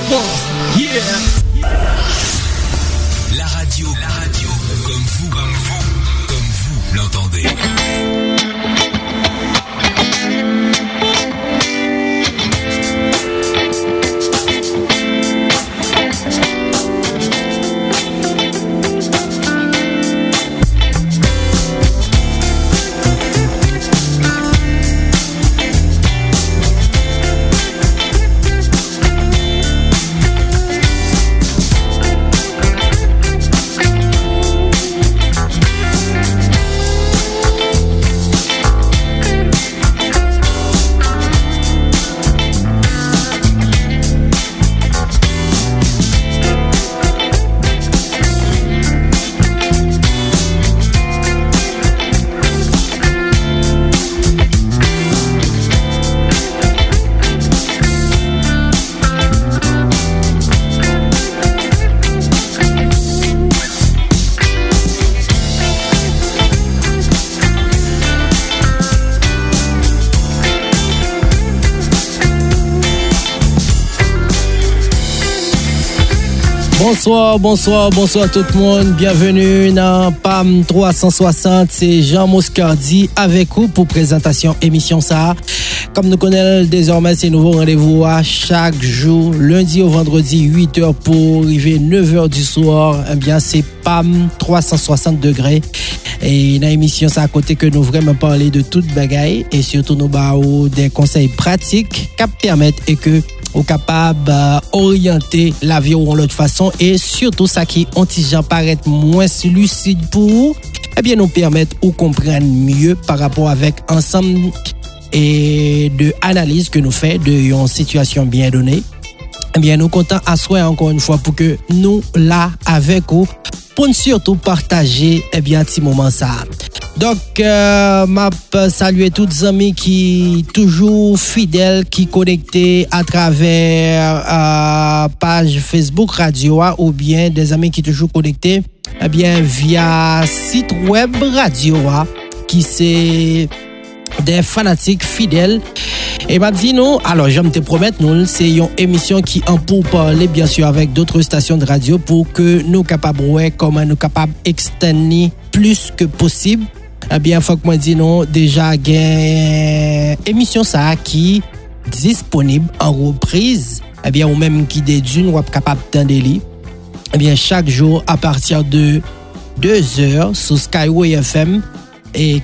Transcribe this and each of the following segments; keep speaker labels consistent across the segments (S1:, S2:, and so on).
S1: boss. Yeah.
S2: La radio, comme vous l'entendez.
S1: Bonsoir tout le monde. Bienvenue dans PAM 360. C'est Jean Moscardi avec vous pour présentation émission ça. Comme nous connaissons désormais, c'est nouveau rendez-vous à chaque jour, lundi au vendredi, 8h pour arriver 9h du soir. Eh bien, c'est PAM 360 degrés. Et dans l'émission, c'est à côté que nous vraiment parler de toute bagaille et surtout nous avons des conseils pratiques qui permettent et que ou capable d'orienter la vie de l'autre façon et surtout ça qui anti-gens paraît moins lucide pour vous, eh bien nous permettre de comprendre mieux par rapport avec ensemble et de analyse que nous faisons de une situation bien donnée. Eh bien nous comptons à souhait encore une fois pour que nous avec vous pour surtout partager un petit moment ça. Donc, m'a saluer tous les amis qui toujours fidèles, qui connectés à travers page Facebook Radio ou bien des amis qui toujours connectés via site web Radio qui c'est des fanatiques fidèles. Et m'a dit non, alors je me te promets, nous c'est une émission qui en pour parler bien sûr avec d'autres stations de radio pour que nous capables comment nous capables extendre plus que possible. Eh bien, faut que moi dis non, déjà gain émission ça qui disponible en reprise, eh bien ou même qui d'une ou capable d'entendre li. Eh bien chaque jour à partir de 2h sur Skyway FM et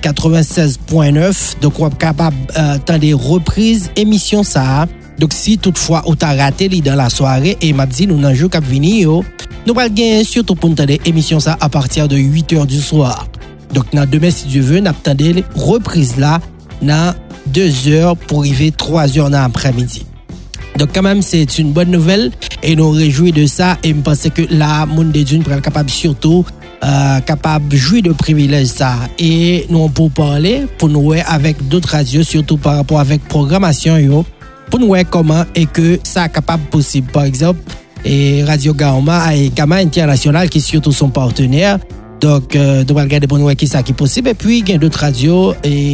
S1: 96.9, donc on est capable d'entendre des reprises émission ça. Donc si toutefois on t'a raté li dans la soirée et m'a dit nous nan jour cap venir, nous va gagner surtout pour entendre émission ça à partir de 8h du soir. Donc, dans demain, si Dieu veut, nous attendons les reprises là, dans 2h pour arriver 3h dans l'après-midi. Donc, quand même, c'est une bonne nouvelle et nous réjouis de ça. Et je pense que la monde de Dieu est capable surtout, capable de jouir de privilèges ça. Et nous, pour parler, pour nous avec d'autres radios, surtout par rapport avec programmation, pour nous voir comment et que ça est capable possible. Par exemple, et Radio Gaoma et Gama International qui surtout sont partenaires. Donc, nous allons regarder pour nous qui ça qui est possible. Et puis, il y a d'autres radios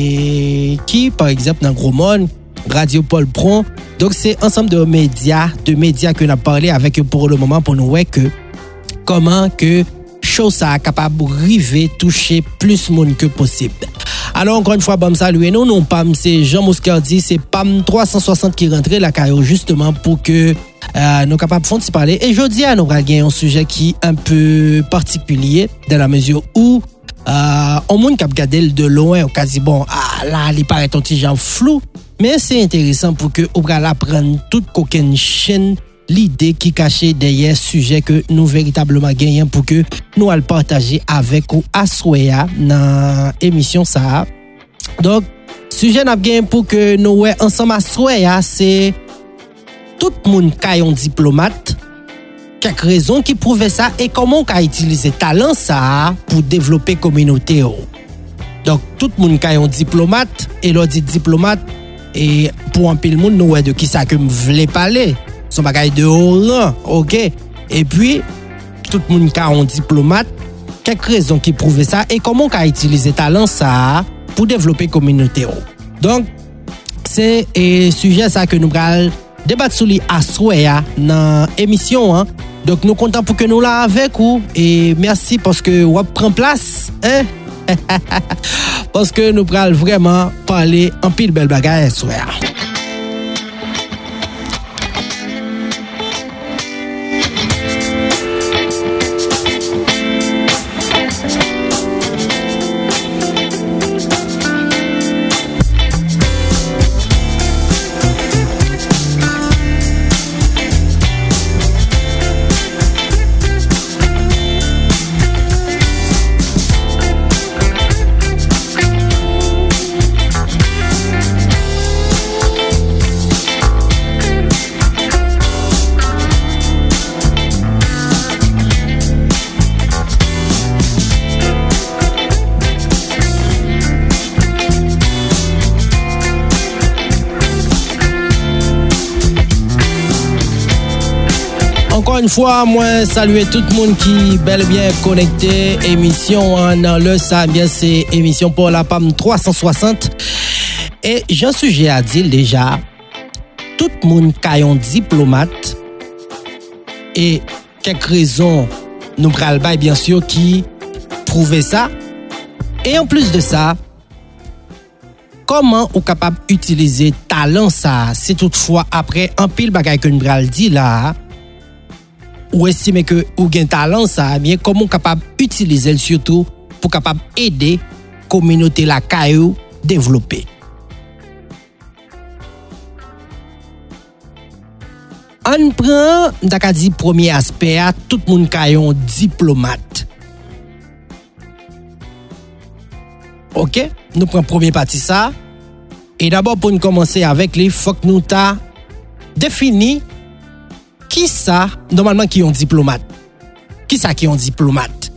S1: et qui, par exemple, dans Gros Monde, Radio Paul Pron. Donc, c'est ensemble de médias que nous avons parlé avec eux pour le moment pour nous voir que comment que chose ça est capable de arriver, toucher plus de monde que possible. Alors, encore une fois, bon, salut. Nous, non, PAM, c'est Jean Moscardi, c'est PAM 360 qui rentre la caillou justement pour que nous capables de parler. Et aujourd'hui, nous allons gagner un sujet qui est un peu particulier dans la mesure où on monde qui a regardé de loin, on a dit bon, là, il paraît un petit genre flou, mais c'est intéressant pour que on va apprendre toute coquine chaîne l'idée qui cachée derrière sujet que nous véritablement gagnons pour que nous allons partager avec vous à Soya dans l'émission ça. Donc, sujet n'a gagné pour que nous ensemble à Soya, c'est tout le monde qui est un diplomate, quelques raisons qui prouvent ça et comment on peut utiliser talent ça pour développer communauté. Donc tout le monde qui est un diplomate et l'on dit diplomate et pour un peu le monde nous de qui ça que me voulais parler. Son bagage de haut rang, OK? Et puis tout le monde qui est un diplomate, quelques raisons qui prouvent ça et comment on peut utiliser talent ça pour développer communauté. Donc c'est un sujet ça que nous allons débattre sur lui à souhait dans l'émission. Hein. Donc, nous comptons pour que nous là avec vous. Et merci parce que vous prenez place. Hein? Parce que nous allons vraiment parler en pile belle bagaille à souhait. Encore une fois, moi, saluer tout le monde qui bel et bien connecté. Émission dans le ça, bien c'est émission pour la PAM 360. Et j'ai un sujet à dire déjà. Tout le monde qui est un diplomate et quelques raisons, nous prenons bien sûr qui prouvent ça. Et en plus de ça, comment on est capable d'utiliser talent ça, c'est toutefois après un pile bagay que nous prenons dit là. Ou estime que ou gen talent ça bien comment capable utiliser surtout pour capable aider communauté la caillou développer. On prend d'aka dit premier aspect à tout monde caillou diplomate. OK, nous prenons premier partie ça et d'abord pour nous commencer avec les faut que nous ta défini qui ça, normalement, qui est un diplomate? Qui ça qui est un diplomate?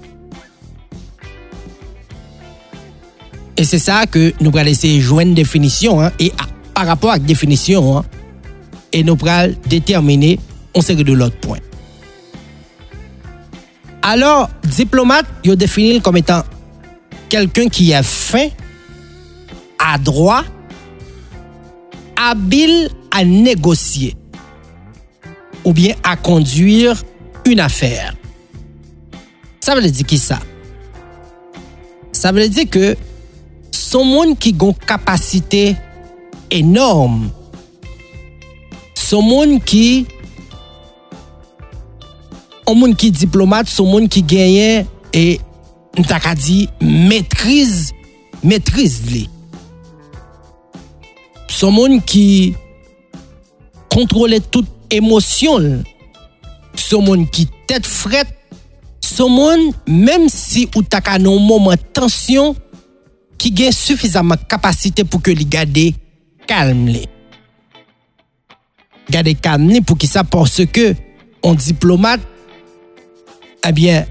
S1: Et c'est ça que nous allons essayer de joindre une définition. Hein, et par rapport à la définition, hein, et nous allons déterminer une série de l'autre point. Alors, diplomate, il est défini comme étant quelqu'un qui est fin, adroit, habile à négocier. Ou bien à conduire une affaire. Ça veut dire qui ça? Ça veut dire que son monde qui a une capacité énorme, son monde qui est diplomate, son monde qui gagne et t'as dit maîtrise les. Son monde qui contrôle toute émotion, ce monde qui tête frette, ce monde même si ou ta ka non moment tension qui gagne suffisamment capacité pour que li garder calme. Garder calme pour qui ça parce que on diplomate eh bien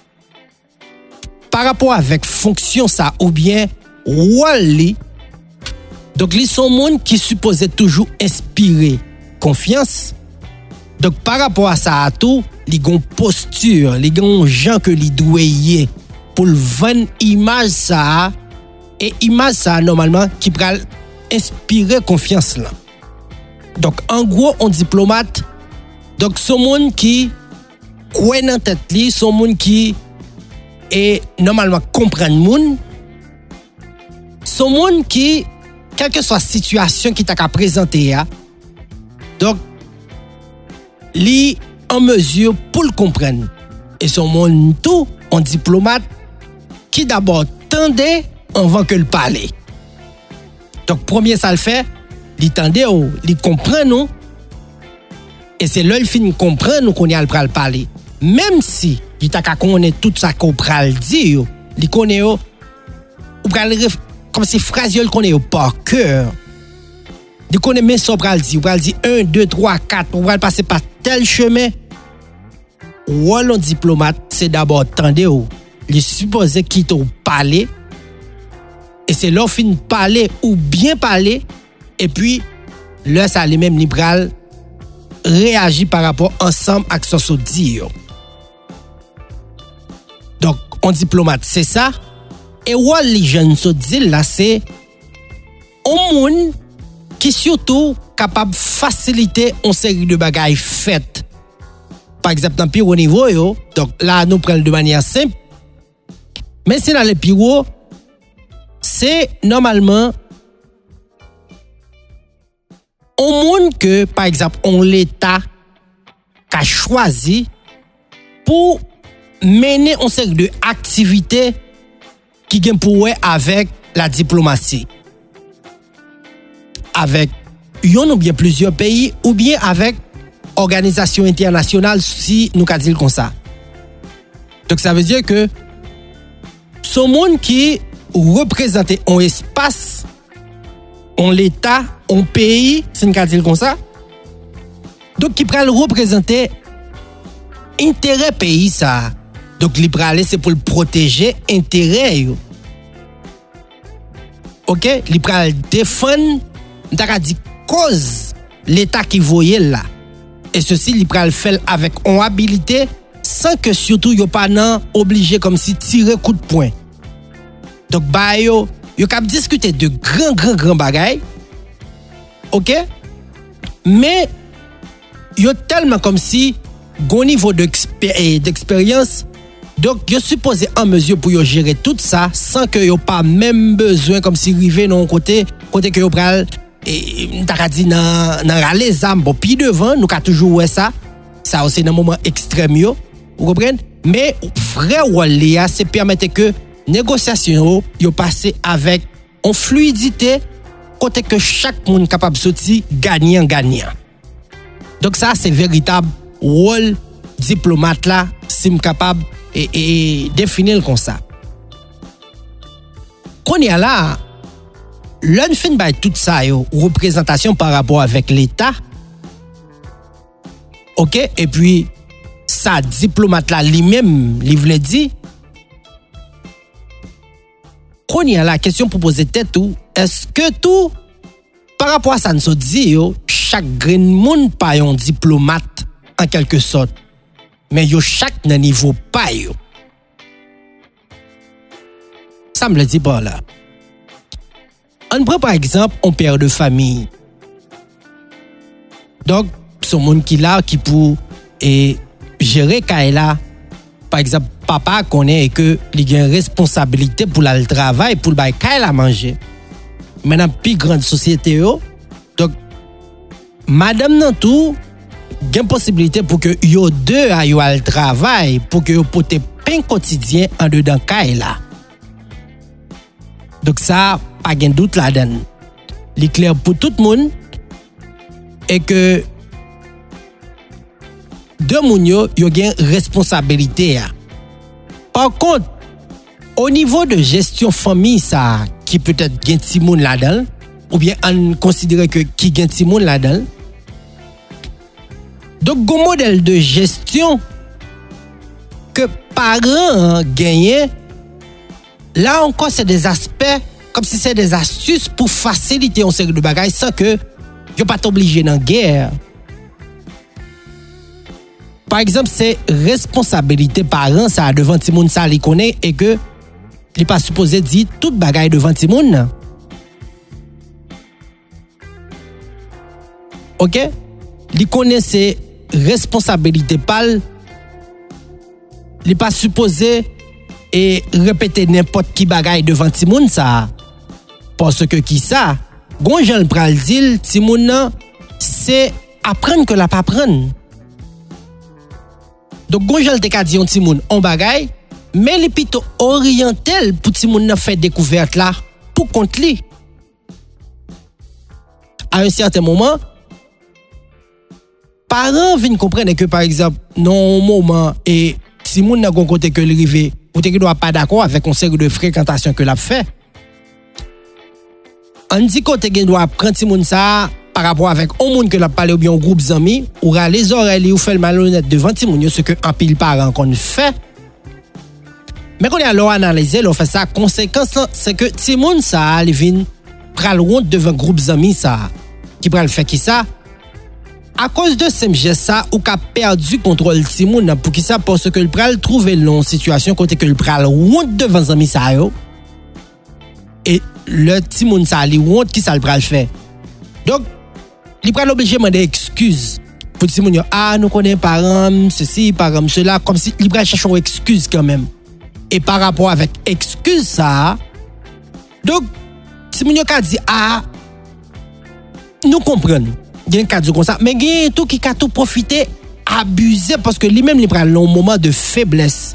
S1: par rapport avec fonction ça ou bien rôle donc li son monde qui supposait toujours inspirer confiance. Donc par rapport à ça à tout, les gon posture, les gon gens que li doué pour le vendre image ça et image ça normalement qui pral inspirer confiance là. Donc en gros on diplomate donc son monde qui croit dans tête li, son monde qui est normalement comprend monde. Son monde qui quelle que soit la situation qui t'a présenté donc li en mesure pour le comprendre et son monde tout en diplomate qui d'abord tendait avant que le parler. Donc premier ça le fait, li tendait li comprend nous et c'est là il finit comprendre nous qu'on y a le parler. Même si il t'a connaît tout ça qu'on pral dire, li connaît ou pral comme si phrase il connaît par cœur. Il connaît mais ça pral dire, 1 2 3 4, on va passer par tel chemin. Ou un diplomate, c'est d'abord tendre ou il supposé quitter ou parler et c'est là fin parler ou bien parler et puis là ça les mêmes libéral réagit par rapport ensemble à ce que dire. Donc un diplomate c'est ça et les jeunes se disent là c'est un monde qui surtout capable faciliter une série de bagailles faites. Par exemple, dans le plus haut niveau, yo, donc là, nous prenons de manière simple. Mais c'est dans le plus haut, c'est normalement on monde que, par exemple, on l'État qui a choisi pour mener une série d'activités qui ont pour avec la diplomatie. Avec yon ou bien plusieurs pays ou bien avec organisation internationale si nous ka dire comme ça. Donc ça veut dire que ce monde qui représente un espace, un l'État, un pays, si nous ka dire comme ça. Donc qui pral représenter intérêt pays ça. Donc li pral c'est pour le protéger intérêt yo. OK, li pral défendre t'as dit cause l'État qui voyait là. Et ceci li pral faire avec une habilité sans que surtout yo pas nan obligé comme si tirer coup de poing. Donc ba yo cap discuter de grand bagaille. OK? Mais yo tellement comme si gon niveau d'expérience. Donc yo supposé en mesure pour yo gérer tout ça sans que yo pas même besoin comme si river non côté que yo pral et t'as dit dans les âmes bon puis devant nous ka toujours ouais ça aussi dans moment extrême yo vous comprenez mais vrai Walia c'est permettre que négociation yo passer avec en fluidité côté que chaque monde capable sortir gagnant. Donc ça c'est véritable rôle diplomate là si capable et définir comme ça. Qu'on y a là l'un fin by tout ça yo représentation par rapport avec l'État. OK et puis ça diplomate là lui-même il veut dire qu'on y a la question pour poser tête tout est-ce que tout par rapport à ça nous dit yo chaque grain monde pas un diplomate en quelque sorte mais yo chaque nan niveau pas yo ça me le dit pas là. On prend par exemple un père de famille. Donc, ce monde qui là qui pour gérer Kaila. Par exemple, papa connaît que il a une responsabilité pour le travail pour le Kaila manger. Maintenant plus grande société yo. Donc madame nan tout gain possibilité pour que yo deux aillent au travail pour que yo pote pain quotidien en dedans Kaila. Donc ça, pas de doute là-dedans. C'est clair pour tout le monde et que deux moun yo ont une responsabilité. Par contre, au niveau de gestion famille ça qui peut-être gen ti moun là-dedans ou bien on considère que qui gen ti moun là-dedans. Donc gon modèle de gestion que parents gagnent. Là encore, c'est des aspects, comme si c'est des astuces pour faciliter une série de bagages sans que vous pas obligé dans la guerre. Par exemple, c'est responsabilité parents ça devant ti moun ça li connaît et que il pas supposé dire tout bagaille devant ti moun. OK? Il connaît ses responsabilités pal. Il pas supposé et répéter n'importe qui bagaille devant ti moun ça parce que qui ça gon jan pral dil ti moun nan c'est apprendre que la pas apprendre. Donc gon jan te ka di on ti moun on bagaille mais li plutôt orientel pour ti moun nan faire découverte là pour compte li. À un certain moment parents viennent comprendre que par exemple non moment et si moun nan gon côté que rivé ou te doit pas d'accord avec une série de fréquentation que l'a fait. On dit que te doit prendre ti moun ça par rapport avec un monde que l'a parlé ou bien un groupe d'amis ou les oreilles ou fait le malhonnête devant ti moun ce que un pile parent qu'on fait. Mais quand on a alors analysé, on fait ça conséquence c'est que ti moun ça il vinn pral honte devant groupe d'amis ça qui pral faire qui ça à cause de ce geste ça ou qu'a perdu contrôle ti moun pour qui ça parce que le pral trouver long situation côté que le pral honte devant amis ça yo et le ti moun ça li honte qui ça le pral fait. Donc il pral obligé demander excuse pour ti moun yo nous connaît parents ceci parents cela comme si il pral chercher une excuse quand même. Et par rapport avec excuse ça donc ti moun yo ka dit nous comprenons. Il y a un cas comme ça mais il y a tout qui a tout profiter abuser parce que lui-même il prend un moment de faiblesse.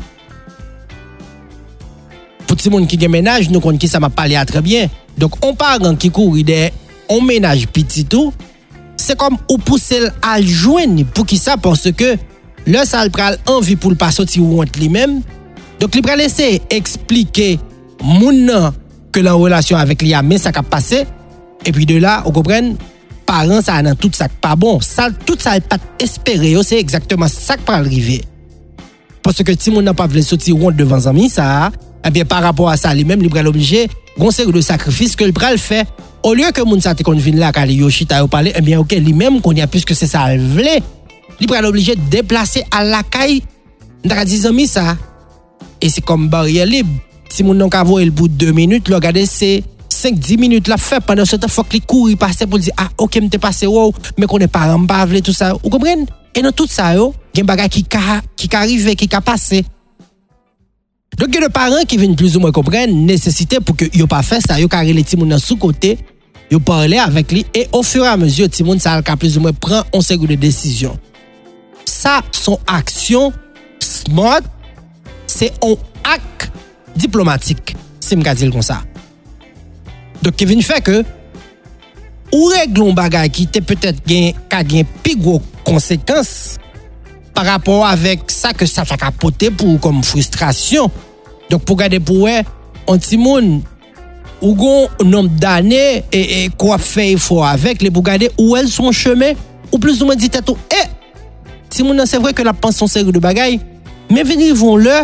S1: Pour tout le monde qui a ménage, nous connaissons qui ça m'a parlé très bien. Donc, on parent qui court on ménage petit tout, c'est comme ou pousser à joindre pour qui ça parce que le ça pral envie pour le pas sortir honte lui-même. Donc, il pral laisser expliquer moun que la relation avec lui a mais ça a passé et puis de là, on comprend parents ça dans tout ça pas bon, ça tout ça pas espérer, c'est exactement ça qui va arriver. Parce que si moun n'a pas voulu sortir honte devant ami ça et bien par rapport à ça lui-même il pral obligé gon série de sacrifices que il pral fait au lieu que moun ça te kon vinn là quand Yoshita yo parler et bien OK lui-même qu'on y a puisque c'est ça il veut il pral obligé de déplacer à la caille n'a dit ami ça et c'est comme barrière libre si moun non ka voyer le bout de 2 minutes le regarder c'est 5-10 minutes la fait pendant ce temps faut qu'il court il passe pour dire OK m'te passé wow mais qu'on est pas en pas tout ça vous comprenez et dans tout ça yo gen bagay qui arrive qui passé. Donc il y a des parents qui viennent plus ou moins comprendre nécessité pour que yo pas faire ça yo carré les petits moun sous côté yo parler avec lui et au fur et à mesure petit moun ça ka plus ou moins prend on série de décision. Ça son action smart c'est un acte diplomatique si me dire comme ça. Donc Kevin fait que ou règle bagay qui était peut-être gain plus gros conséquences par rapport avec ça que ça a capoté pour comme frustration. Donc pour garder pour un petit monde ou gon nombre d'années et quoi fait faut avec les pour garder où elles sont chemin ou plus ou moins dit tout petit monde c'est vrai que la pension série de bagaille mais venir vont le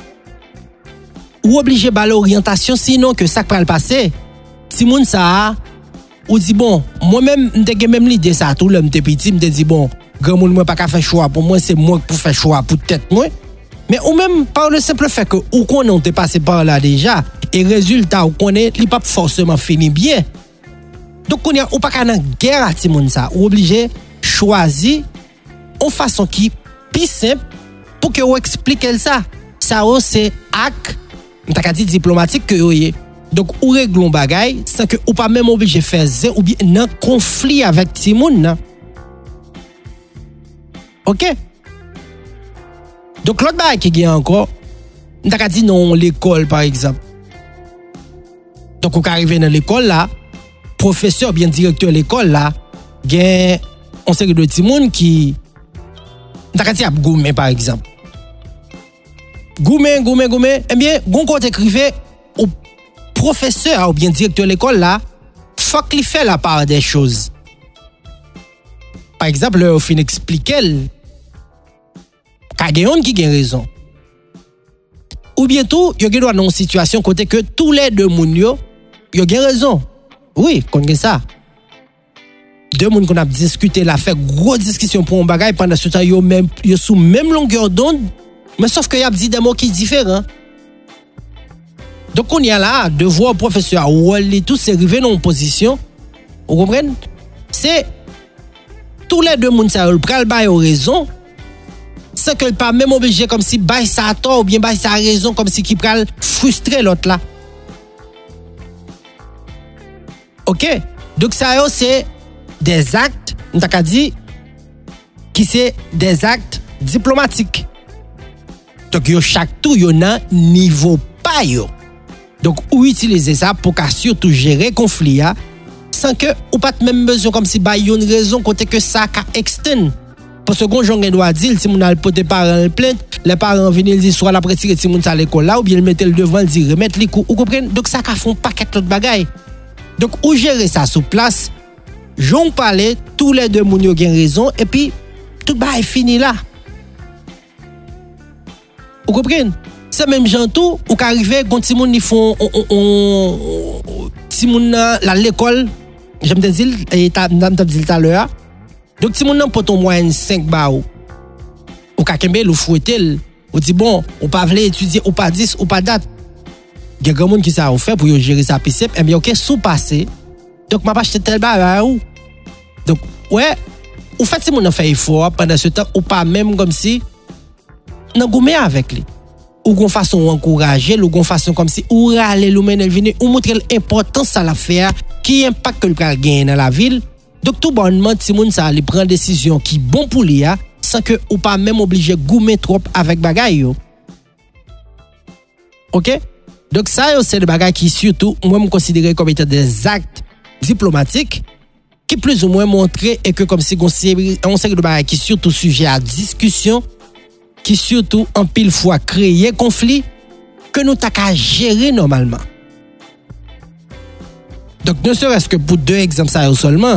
S1: ou obligé par l'orientation sinon que ça va le passer. Petit monde ça ou dit bon moi-même m'te même l'idée ça tout l'homme petit m'te dit bon grand monde moi pas qu'à faire choix pour moi c'est moi pour faire choix pour tête moi mais ou même par le simple fait que ou qu'on on t'est passé par là déjà et résultat ou connaît il pas forcément fini bien donc on y a ou pas qu'à dans guerre à ti monde ça ou obligé choisir en façon qui plus simple pour que on explique ça c'est acte t'as dit diplomatique que yoyé donc ou règle bagay sans que ou pas même obligé faire ou bien dans conflit avec ti monde. OK? Donc l'autre bail qui gagne encore, on t'a dit non l'école par exemple. Donc on arrive dans l'école là, professeur bien directeur de l'école là, gagne on série de petits monde qui on t'a dit à goumé par exemple. Goumé eh bien gon côté écrivait au professeur ou bien directeur de l'école là, faut qu'il fait la part des choses. Par exemple, au fin expliquer Kagéon qui a raison. Ou bientôt, il y a dans une situation côté que tous les deux moun yo a raison. Oui, connaît ça. Deux moun qu'on a discuté là fait grosse discussion pour un bagage pendant ce temps yo sous même longueur d'onde, mais sauf que y a dit des mots qui différents. Donc on y a là de voir professeur Wally tout c'est arrivé dans une position. Vous comprenez? C'est tous les deux moun ça pral bay raison sans que pas même obligé comme si bay ça a tort ou bien bay ça a raison comme si qui pral frustrer l'autre là. OK? Donc ça c'est des actes, on t'a dit qui c'est des actes diplomatiques. Donc yo chaque tout yo nan niveau pa yo. Donc ou utiliser ça pour qu'à surtout gérer conflit là sans que ou pas même besoin comme si ba yon raison côté que ça ka extend parce que gon jongen doit dire si mon al porter parents plainte les parents venir dire soit la retirer si mon ça l'école là ou bien le mettre devant le dire remettre les coups ou comprendre donc ça ka font paquet l'autre bagaille donc ou gérer ça sur place j'on parler tous les deux moun yo gen raison et puis tout ba est fini là vous comprenez c'est même gens tout ou qu'arriver quand ti moun ils font ti moun la l'école j'aime te dire et t'as dit tout à l'heure donc ti moun nan pour ton moyenne 5 ba ou ka kembe ou fouetel ou dit bon ou pas vle étudier ou pas 10 ou pas date il y a grand monde qui ça a fait pour gérer ça pis et bien OK sous passé donc m'a pas acheté tel ba ou donc ouais, ou fait si mon fait effort pendant ce temps ou pas même comme si nan goumé avec lui. Ou gon façon encourager, ou gon façon comme si ou râler ou mener venir ou montrer l'importance ça l'affaire, qui impact que le pral gagner dans la ville. Donc tout bonnement ti moun ça li prend décision qui bon pour lui sans que ou pas même obligé goumer trop avec bagay yo. OK? Donc ça c'est des bagages qui surtout moi me considérer comme étant des actes diplomatiques qui plus ou moins montrent et que comme si on série de bagages qui surtout sujet à discussion, qui surtout en pile fois créer conflit que nous t'a qu'à gérer normalement. Donc ne serait-ce que pour 2 exemples ça seulement.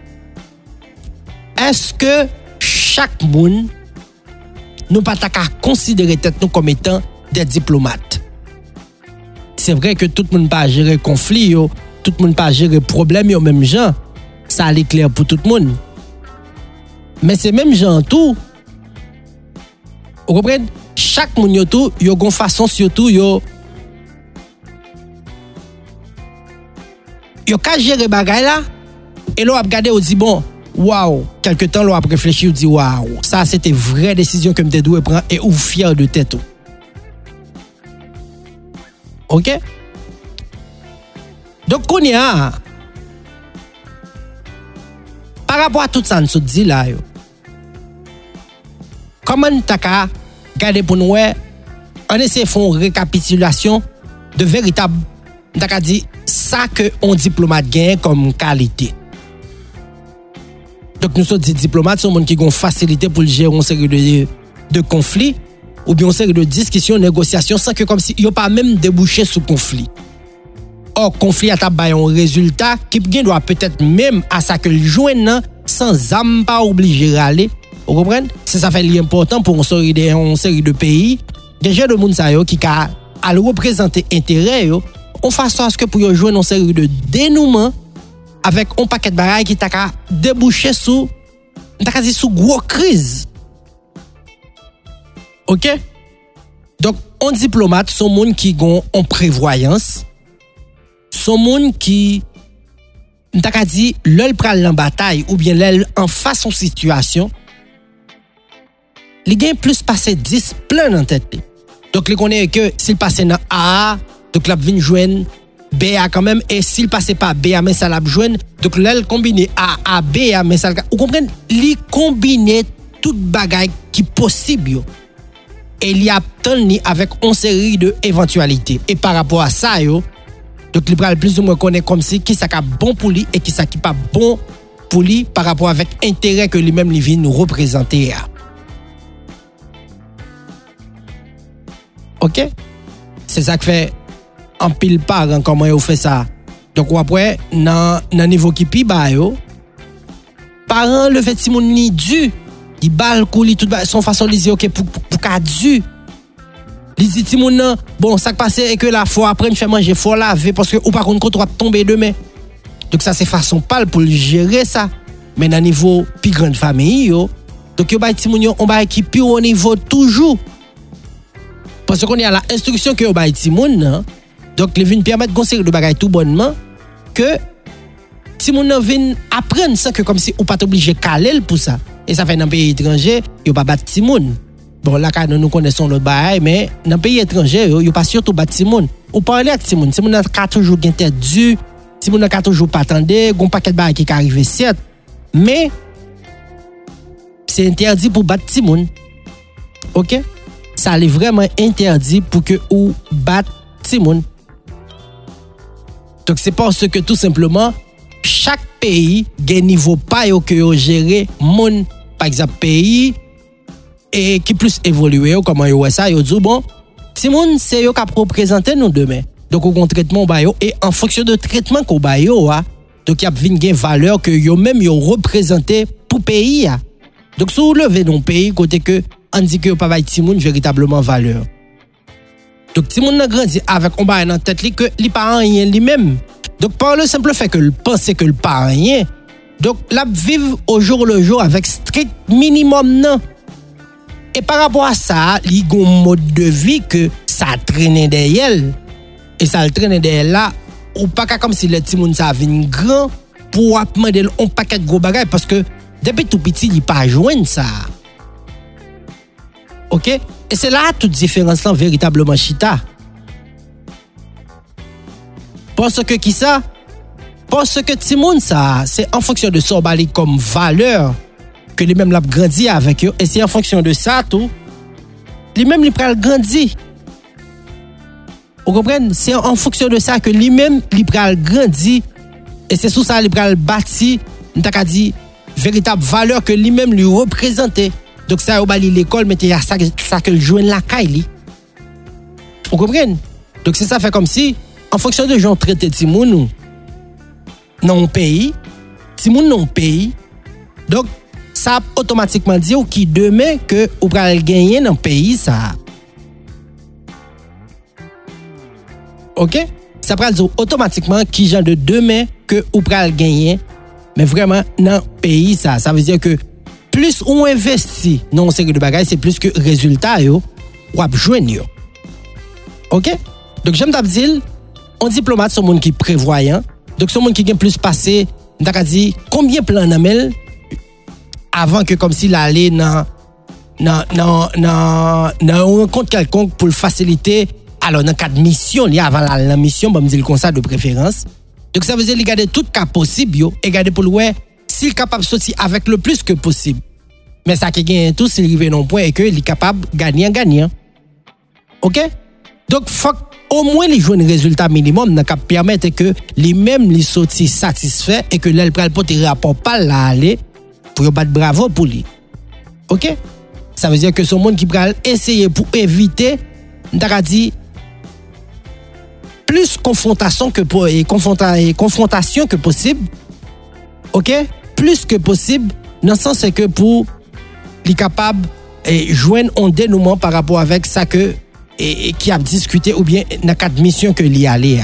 S1: Est-ce que chaque monde nous pas t'a qu'à considérer tête nous comme étant des diplomates? C'est vrai que tout le monde pas gérer conflit yo, tout le monde pas gérer problème yo même gens. Ça allait clair pour tout le monde. Mais c'est même gens tout. Vous comprenez? Chaque moun yo tout, yo gon façon surtout yo ka gérer bagay là et l'on a regardé ou dit bon, waouh, quelque temps l'on a réfléchi ou dit waouh, ça c'était vraie décision que m'te doué prendre et ou fier de tête. OK? Donc on y a par rapport à tout ça nous dit là yo. Comment t'as qu'à garder pour nous on essaie de faire une récapitulation de véritable t'as qu'à dire ça que un diplomate gagne comme qualité. Donc nous sommes des diplomates, sont gens qui ont facilité pour gérer une série de conflits ou bien une série de discussions, négociations sans que comme si il n'y a pas même débouché sur conflit. Or conflit a tabaye un résultat qui doit peut-être même à ça que le joindre sans âme pas obligé aller. Vous comprenez? C'est ça fait l'important pour une série de pays. Des gens de monde ça yo qui a représenter intérêt yo, on façon à ce que pour yo jouer une série de dénouement avec un paquet de bagages qui t'a débouché sous gros crise. OK? Donc un diplomate sont monde qui ont en prévoyance, sont monde qui t'a dit l'œil pral en bataille ou bien l'œil en face en situation. Les gains plus passer 10 plein en tête. Donc les connaît que s'il passe dans A, donc la vinn joindre BA quand même et s'il passe pas BA mais ça la joindre donc là combiner A BA mais ça vous comprenez li combiner toute bagaille qui possible yo. Et il y a tonni avec une série de éventualités et par rapport à ça yo donc il pral plus ou moins connaît comme si qui ça qui bon pour lui et qui ça qui pas bon pour lui par rapport avec intérêt que lui-même lui vient nous représenter. OK? C'est ça que fait en pile parent comment yo fait ça. Donc après dans niveau qui pi ba yo parents le fait si mon ni dû il bal couli tout son façon de dire OK pour ka dû li dit ti mon nan bon ça passe et que la fois après me fait manger faut laver parce que ou par contre quand tomber demain. Donc ça c'est façon pal pour gérer ça. Mais dans niveau plus grande famille yo donc yo ba ti mon yo on ba qui pi au niveau toujours parce qu'on y a la instruction que yo ba ti mon nan. Donc les vinn permettre conseiller de bagaille tout bonnement que si mon nan vinn apprendre sans que comme si ou pas obligé caler pour ça et ça fait dans pays étranger yo pas battre ti moun. Bon là quand nous connaissons le bagaille mais dans pays étranger yo pas surtout battre ti moun ou parler avec ti moun nan ka toujours gen tête dure ti moun nan ka toujours pas attendre gon paquet de bagaille qui arrive certes mais c'est interdit pour battre ti moun. OK? Ça est vraiment interdit pour que ou battre ti moun. Donc c'est parce que tout simplement chaque pays gen niveau pa yo que yo gérer moun par exemple pays et qui plus évolué comment yo ça yo dit bon si moun c'est yo qui représenter nous demain donc on traitement ba yo et en fonction de traitement qu'on ba yo donc y a vinn gen valeur que yo même yo représenter pour pays donc si vous levez dans pays côté que on dit que yo pas ba ti moun véritablement valeur. Donc si moun nan grandi avec on ba dans tête li que li pas rien lui même. Donc par le simple fait que le penser que le pas rien. Donc la vivre au jour le jour avec strict minimum non. Et par rapport à ça, li gon mode de vie que ça traîne derrière. Et ça le traîne derrière là ou pas comme si le ti moun ça vinn grand pour demander un paquet de gros bagages parce que depuis tout petit, il pas joindre ça. OK? Et c'est là toute différence là véritablement chita. Parce que qui ça? Parce que Timoun ça, c'est en fonction de ça bali comme valeur que les mêmes l'a grandi avec eux et c'est en fonction de ça tout les mêmes li pral grandi. Vous comprenez? C'est en fonction de ça que lui-même li pral grandi et c'est sous ça li pral bâti, n'ta ka dit véritable valeur que lui-même lui représentait. Donc ça au bali l'école mais il y a ça que le joindre la caille. Vous comprenez? Donc c'est ça fait comme si en fonction de gens traiter Timoun dans un pays, Timoun dans un pays. Donc ça automatiquement dit qui demain que ou pral gagner dans le pays ça. OK? Ça pral dire automatiquement qui genre de demain que ou pral gagner mais vraiment dans le pays ça. Ça veut dire que plus on investit dans une série de bagages, c'est plus que résultat yo ou ap joindre yo. OK? Donc j'aime dire un diplomate c'est un monde qui prévoyant. Donc c'est un monde qui gagne plus passé, on dit combien plan namel avant que comme s'il allait dans un compte quelconque pour le faciliter. Alors dans cadre mission, il y a avant la mission, me dire comme ça de préférence. Donc ça veut dire regarder tout cas possible yo et regarder pour ouais s'il est capable de sortir avec le plus que possible. Mais ça qui gagne tout s'il arrive non point et que il est capable gagnant. OK? Donc faut au moins les jouer un résultat minimum n'a cap permettre que les mêmes les sortir satisfait et que l'elle pral porter rapport pas là aller pour battre bravo pour lui. OK? Ça veut dire que ce monde qui pral essayer pour éviter n'a dit plus confrontation que confrontation que possible. OK? Plus que possible dans le sens que pour les capable et joindre un dénouement par rapport avec ça que et qui a discuté ou bien dans quatre missions que l'y allait.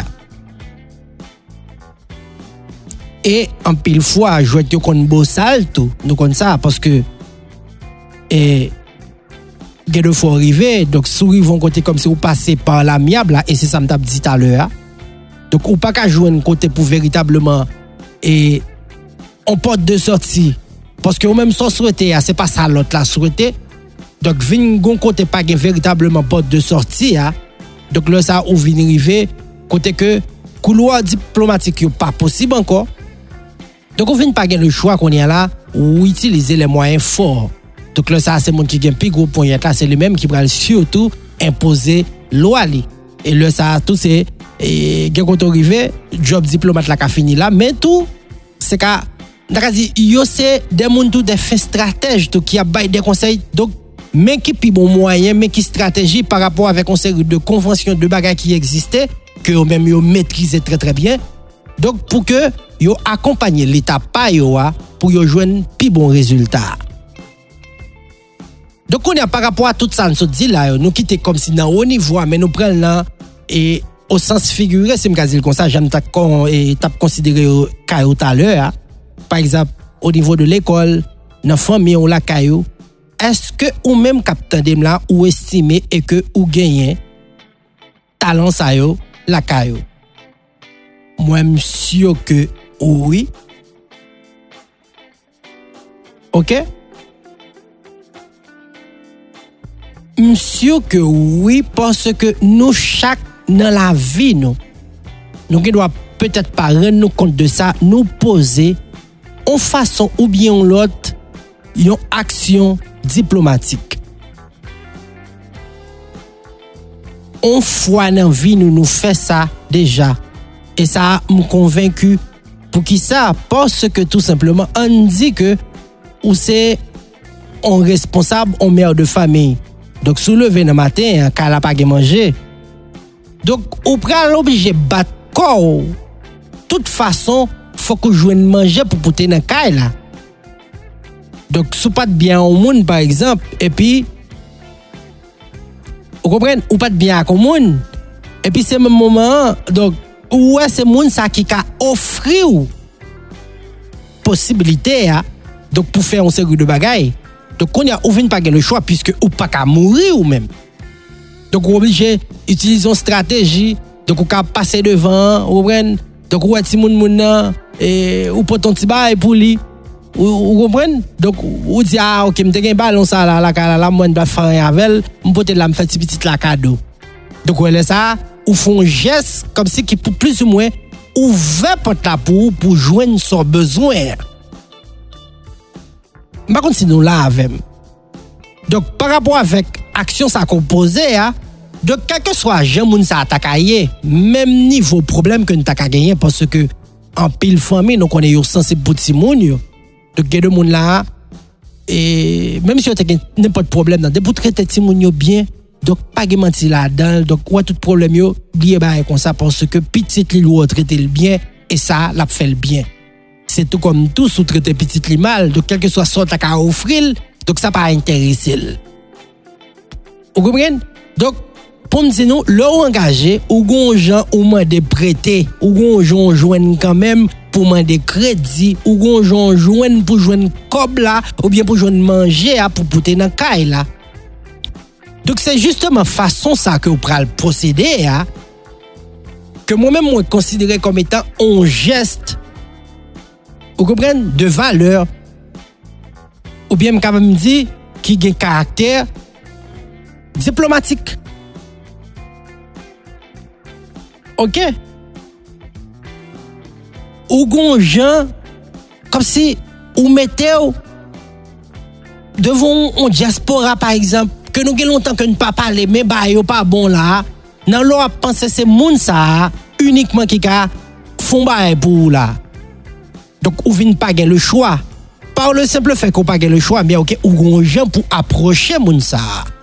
S1: Et en pile fois jouer que qu'on bossal tout nous comme ça parce que et il faut arriver donc souris vont côté comme si vous passez par l'amiable et c'est ça me t'a dit tout à l'heure. Donc ou pas qu'à jouer un côté pour véritablement et on porte de sortie parce que ou même sans souhaiter c'est pas ça l'autre la souhaiter. Donc vinn gon côté pas véritablement porte de sortie donc là ça ou vinn arriver côté que couloir diplomatique yo pas possible encore. Donc on vinn pas le choix qu'on y a là ou utiliser les moyens forts. Donc là ça c'est monde qui gagne plus gros point là c'est les mêmes qui pral surtout imposer loi li. Et là ça tout c'est et quand on arrive job diplomate là qu'a fini là mais tout c'est qu'à dit yo c'est des monde tout des fins stratèges tout qui a bail des conseils donc mais qui pi bon moyen mais qui stratégie par rapport avec une série de conventions de bagages qui existaient que eux même yo maîtriser très très bien donc pour que yo accompagner l'état pa yo pour yo joindre pi bon résultat. Donc on est par rapport à tout ça nous dit là nous quitter comme si dans haut niveau mais nous prendre là et au sens figuré c'est me dire comme ça j'aime t'a considéré caillou tout à l'heure par exemple au niveau de l'école dans famille on la caillou. Est-ce que ou même captain dem là ou estimer et que ou gagner talent ça yo la caillou? Moi monsieur que oui. OK? Monsieur que oui parce que nous chaque dans la vie nous qui doit peut-être pas rendre nous compte de ça nous poser en façon ou bien l'autre une action diplomatique. On fois dans vie nous fait ça déjà et ça me convaincu pour qui ça parce que tout simplement on dit que ou c'est on responsable on mère de famille donc soulever le matin quand la pas manger donc on pral obligé battre corps toute façon faut que joine manger pour porter dans caille là. Donc sous pas de bien au monde par exemple et puis vous comprenez ou pas de bien au monde et puis c'est même moment donc ouais c'est monde ça qui a offrir possibilité donc pour faire un série de bagailles donc on a ouvert pas le choix puisque ou pas qu'à mourir ou même donc on obligé utiliser une stratégie donc on peut passer devant vous comprenez donc ouais si moun et ou pour ton petit bail pour lui. Vous comprenez? Donc, ou dit, ah, ok, m'te gen ballon ça la moi, m'ta faire avec, m'pote la m'fait petit la cadeau. Donc, ouais, ça, ou font geste comme si qui pour plus ou moins ouvert porte la pour joindre son besoin. Par contre, si nous là avec. Donc, par rapport avec action ça composé, donc, quel que soit jeune moun ça attaqué, même niveau problème que nous t'a gagné parce que en pile famille, nous connaissons sensible pour petit moun yo. Donc, il y a des gens là, et même si vous avez n'importe problème, de pour traiter les gens bien, donc pas de mentir là-dedans, donc ouais, tout problème, oubliez pas comme ça, parce que petit li traiter le bien, et ça, l'a fait le bien. C'est tout comme tout, sous traiter petit li mal, donc quel que soit ce que vous offrir, donc ça pas intéresser. Vous comprenez? Donc, pour me dire, le engagé, ou gon gens ou moins de prêter, ou gon gens joignent quand même pour demander crédit, ou gon gens joignent pour joindre cob là, ou bien pour joindre manger pour porter dans caille là. Donc c'est justement façon ça que vous pral procéder que moi-même moi considérer comme étant un geste, vous comprenez, de valeur, ou bien quand même dit qui a un caractère diplomatique. OK? Ou gon gens comme si ou mettez devant un diaspora par exemple que nous avons longtemps que nous pas parler mais bah yo pas bon là nan l'on a pensé c'est moun ça uniquement qui ka font bail pour là. Donc ou vinn pas gain le choix par le simple fait qu'on pas gain le choix mais OK ou gon gens pour approcher moun ça.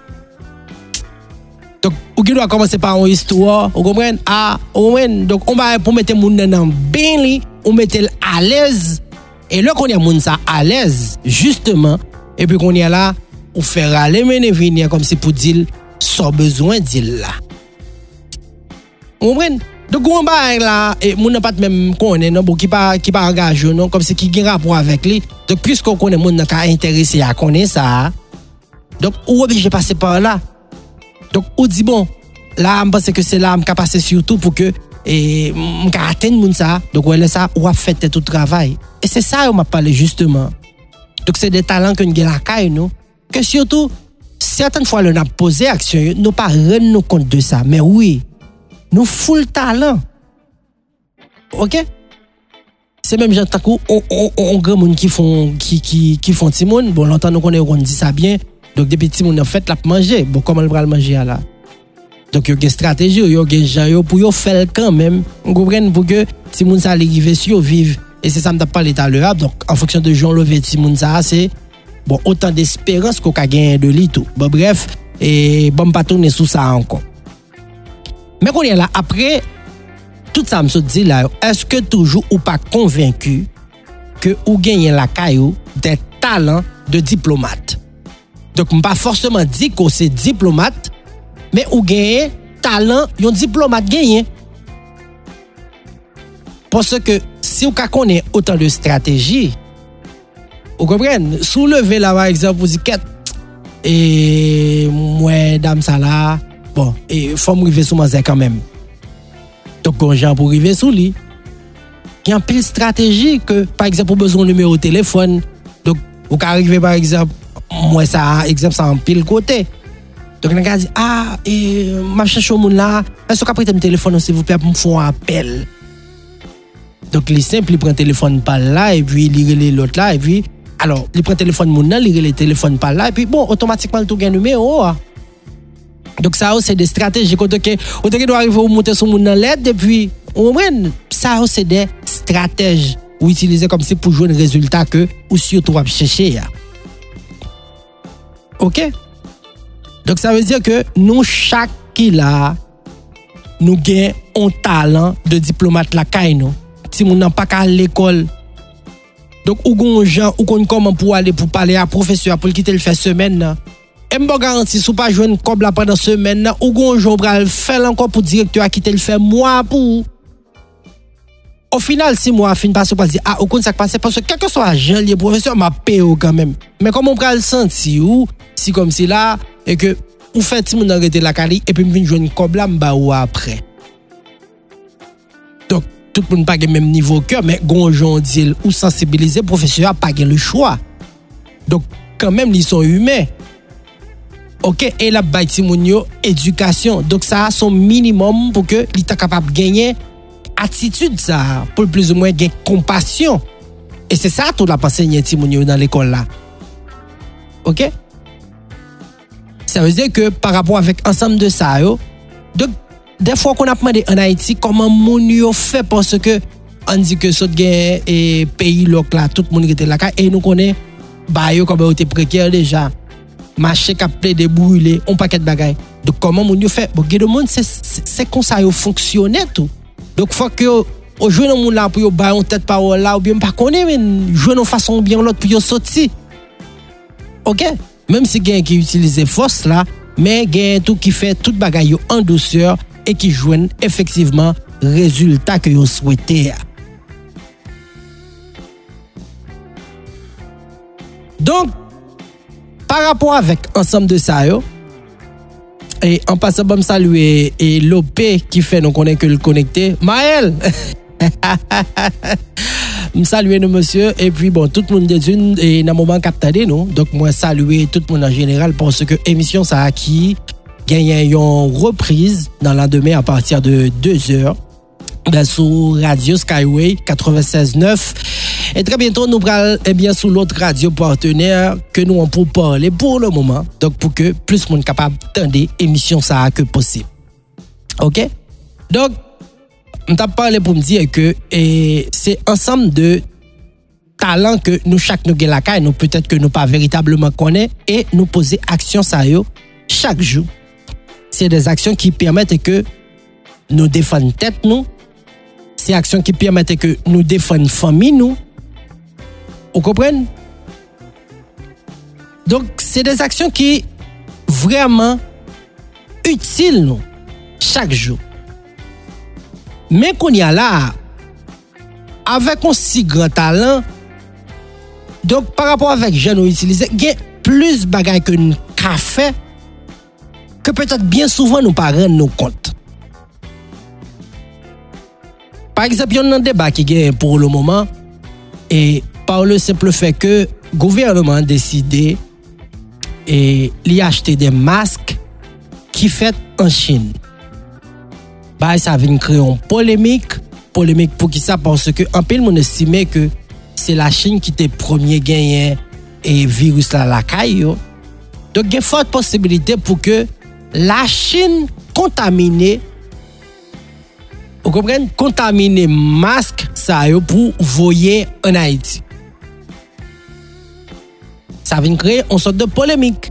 S1: Donc, ou qui doit commencer par une histoire, vous comprenez? Donc, on va pour mettre moun dans bien li, on mettre à l'aise. Et là, qu'on y a moun ça à l'aise, justement, et puis qu'on y a là, on fait aller mener venir comme si pour dire, sans besoin d'il là. Vous comprenez? Donc, on va là, et moun n'a pas même connaît, non, qui pas engagé, non, comme si qui a rapport avec lui. Donc, puisqu'on connaît moun n'a qu'à intéressé à connaître ça, donc, ou obligé de passer par là. Donc, on dit, bon, là, je pense que c'est là que je passe surtout pour que je atteigne ça. Donc, on ça, on a fait tout le travail. Et c'est ça qu'on m'a parlé justement. Donc, c'est des talents que nous avons la caille, nous. Que surtout, certaines fois, nous avons posé action, nous n'avons pas rendu compte de ça. Mais oui, nous full talent. OK? C'est même gens on grand monde qui font Timon. Bon, longtemps, nous connaissons, on dit ça bien. Donc, depuis petit monde en fait, la manger. Bon, comment on va le manger là? Donc, il y a une stratégie, il y a des gens pour faire quand même. Vous comprenez? Pour que si moun ça arrive sur vivre. Et c'est ça que je parlé tout à l'heure. Donc, en fonction de Jean Levé, si moun ça, c'est bon, autant d'espérance qu'on a gagné de lui tout. Bon, bref, et bon, pas tourner sous ça encore. Mais qu'on est là, après, tout ça me se dit là, est-ce que toujours ou pas convaincu que ou gagne la caillou des talents de diplomate? Donc, je ne pas forcément dit que c'est diplomate, mais ou gagne talent, un diplomate gagne. Parce que si vous connaissez autant de stratégies, vous comprenez, soulever là par exemple, vous dites et moi, dame ça là, bon, et faut me arriver sous ma quand même. Donc, quand j'ai pour arriver sous lui, il y a un pile stratégie que, par exemple, vous besoin de numéro de téléphone. Donc, vous arrivez par exemple, moi, ça, exemple, ça en pile côté. Donc, on a dit, ma cherche au monde là, est-ce qu'on prête mon téléphone, s'il vous plaît, pour me faire un appel? Donc, il est simple, il prend le téléphone par là, et puis il relève l'autre là, et puis, alors, il prend le téléphone mon là, il relève le téléphone par là, et puis, bon, automatiquement, il trouve un numéro. Donc, ça, c'est des stratégies. Quand on doit arriver à monter sur mon LED, et puis, ça, c'est des stratégies. Ou utiliser comme si pour jouer un résultat que, ou surtout, à chercher. OK? Donc, ça veut dire que nous, chaque qui là, nous gagnons un talent de diplomate la caille, nous. Si nous n'avons pas qu'à l'école. Donc, ou gon gens, ou qu'on comment pour aller pour parler à professeur pour quitter le faire semaine. Et me garanti si pas jouer une cob là pendant semaine, ou gon gens pour faire encore pour directeur à quitter le faire moi pour. Au final, si moi fin passer pour dire au compte ça passe parce que quel que soit agent les professeur m'a payé quand même. Mais comment on peut le sentir ou si comme si là et que ou fait si mon arrêter la cali et puis me vinn jouer une cob là m'ba ou après. Donc tout le monde pas le même niveau cœur, mais gonjon dit ou sensibiliser professeur pas le choix. Donc quand même ils sont humains. OK, et la baïti moun yo éducation. Donc ça a son minimum pour que l'état capable de gagner attitude ça pour plus ou moins gagner compassion. Et c'est ça tout la enseigner ti moun yo dans l'école là. OK? Ça veut dire que par rapport avec ensemble de ça yo, donc des fois qu'on a demandé en Haïti comment moun yo fait parce que on dit que saute gain et pays local là tout le monde était là et nous connaît ba yo comme était précaire déjà. Marché qui a plein de brûlés, on paquet de bagailles. Donc comment moun yo fait? Bon, de monde c'est comme ça yo fonctionner tout. Donc faut que au jouer dans monde là pour yo ba on tête parole là ou bien pas connaît mais jouer de façon bien l'autre pour yo sortir. OK? Même si quelqu'un qui utilise force là, mais quelqu'un tout qui fait toute bagaille yo en douceur et qui joignent effectivement résultat que yo souhaitez. Donc par rapport avec ensemble de ça yo, et en passant bon saluer et l'OP qui fait nous connaît que le connecté Maël. Me saluer nous monsieur et puis bon tout le monde est une et dans moment captadé nous. Donc moi saluer tout le monde en général parce que émission ça qui gagne une reprise dans la demain à partir de 2h sur Radio Skyway 96.9. Et très bientôt, nous allons sur l'autre radio partenaire que nous avons pour parler pour le moment. Donc, pour que plus de monde capable d'entendre l'émission ça que possible. OK? Donc, on t'a parlé pour me dire que c'est ensemble de talents que nous, chaque nous la caille, nous peut-être que nous pas véritablement connaît et nous poser action ça yo chaque jour. C'est des actions qui permettent que nous défendons tête nous. C'est actions qui permettent que nous défendons famille nous. Vous comprenez? Donc, c'est des actions qui vraiment utiles nous chaque jour. Mais qu'on y a là, avec un si grand talent, donc par rapport avec jeunes nous utiliser, il y a plus de bagages que nous café que peut-être bien souvent nous pas rendre nous compte. Par exemple, il y a un débat qui est pour le moment et par le simple fait que le gouvernement a décidé et lui acheter des masques qui fait en Chine. Bah, ça vient créer une polémique pour qui ça parce que en pile on estimait que c'est la Chine qui était premier gagné et virus là la caille. Donc il y a forte possibilité pour que la Chine contamine vous comprenez contaminer masque ça yo pour voyer en Haïti. Ça vient créer une sorte de polémique.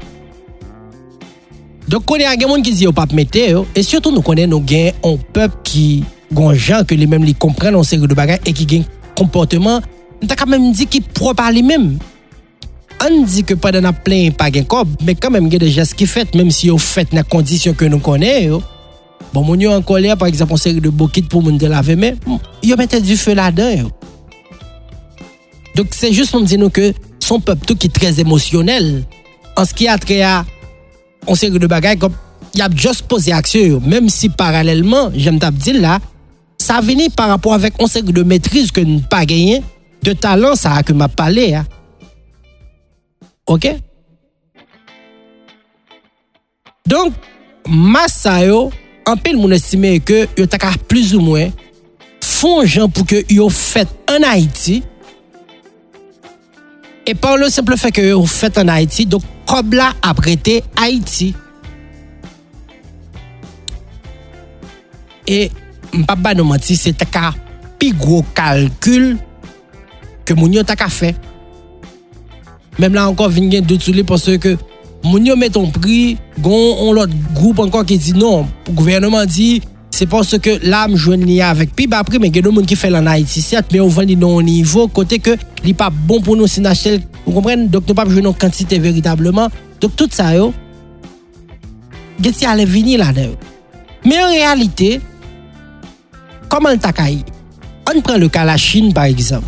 S1: Donc, il y a des gens qui disent pas mettre et surtout nous connaissons un peuple qui gon gens que les mêmes les comprennent en série de bagages et qui gagne comportement, on t'a quand même dit qui propre à lui-même. On dit que pas dans plein pas gain corps, mais quand même il y a des gestes qui fait même si au fait dans conditions que nous connaissons. Bon mon yo en colère par exemple en série de bokit pour moun de laver mais yo mettait du feu là-dedans. Donc c'est juste pour me dire que son peuple tout qui est très émotionnel en ce qui a trait à on série de bagages comme il a juste posé action même si parallèlement j'aime t'a dire là ça vient par rapport avec on série de maîtrise que nous pas gagné de talent ça que m'a parlé hein. OK donc massa yo en pile mon estimé que yo ta plus ou moins font gens pour que yo fait en Haïti. Et par le simple fait que vous faites en Haïti, donc comme là a prêté Haïti. Et m'pa nous mentir, c'est un plus gros calcul que moun yo ta fait. Même là encore vinn gen doute sur lui parce que moun yo met ton prix, on l'autre groupe encore qui dit non, le gouvernement dit c'est parce que là me joindre li avec puis après mais il y a des monde qui fait en Haïti certes mais on vend non au niveau côté que li pas bon pour nous si n'acheter vous comprenez donc nous pas jouer en quantité véritablement donc tout ça yo geti aller venir là dedans mais en réalité comment le takai on prend le cas la Chine par exemple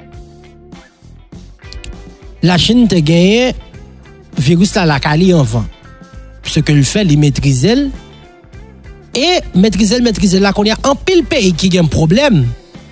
S1: la Chine te gagné virus là la cali en vent ce que le fait il maîtriser et maîtriser là qu'on y a un pile pays qui a un problème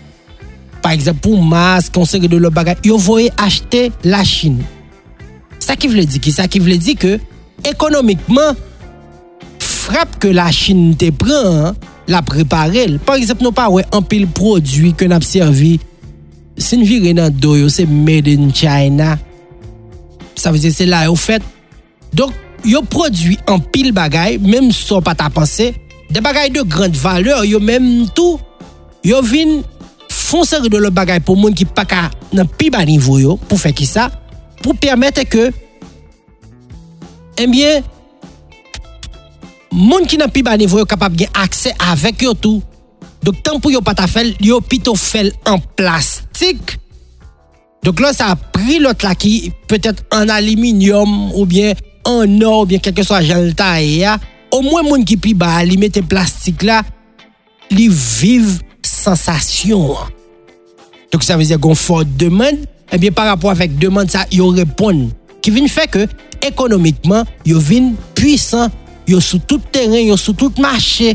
S1: par exemple pour masque, on série de l'autre bagage, yo voyez acheter la Chine. Ça qui veut dire qui ça qui veut dire que économiquement frappe que la Chine te prend, hein, la préparer. Par exemple, nous pas ouais un pile produit que n'a servi c'est une virée dans dos, c'est made in China. Ça veut dire c'est là au fait. Donc yo produit en pile bagaille même sans pas ta penser, des bagailles de grande valeur, yo même tout yo vinn font série de le bagaille pour monde qui pas ka dans pi bas niveau yo pour faire qui ça pour permettre que eh bien monde qui n'a pi bas niveau yo capable gain accès avec yo tout. Donc tant pour yo pas ta fait yo plutôt fait en plastique. Donc là ça a pris l'autre là qui peut-être en aluminium ou bien en or ou bien quelque soit genre taille au moins monde qui pi bas li mette plastique là li vive sensation. Donc ça veut dire qu'on fait demande et bien par rapport avec demande ça yo répond qui vient faire que économiquement yo vinn puissant, yo sous tout terrain, yo sous tout marché.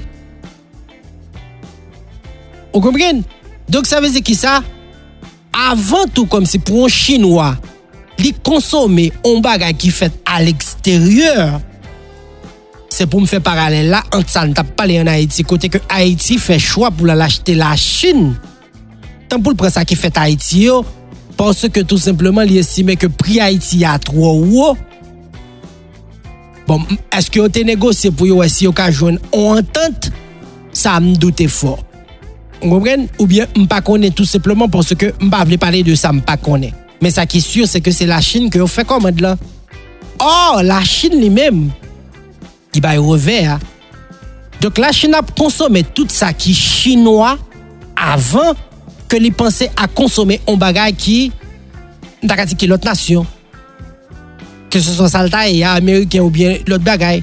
S1: Vous comprenez? Donc ça veut dire qui ça avant tout comme si pour un chinois li consommer un bagage qui fait à l'extérieur. C'est pour me faire parallèle là entre ça, on t'a parlé en Haïti, côté que Haïti fait choix pour l'acheter la Chine. Tant pour le prix ça qui fait Haïti, yo, parce que tout simplement, il estime que prix Haïti a trop haut. Bon, est-ce que vous avez négocié pour vous si vous avez joué en entente? Ça me doute fort. Vous comprenez? Ou bien, je ne connais pas tout simplement parce que je ne veux pas parler de ça, je ne connais pas. Mais ça qui est sûr, c'est que c'est la Chine que vous faites commande là. Oh, la Chine lui-même, il va y revers. Donc la Chine a consommé tout ça qui est chinois avant que les pensaient à consommer un bagage qui est l'autre nation. Que ce soit saltaï, américain ou bien l'autre bagage.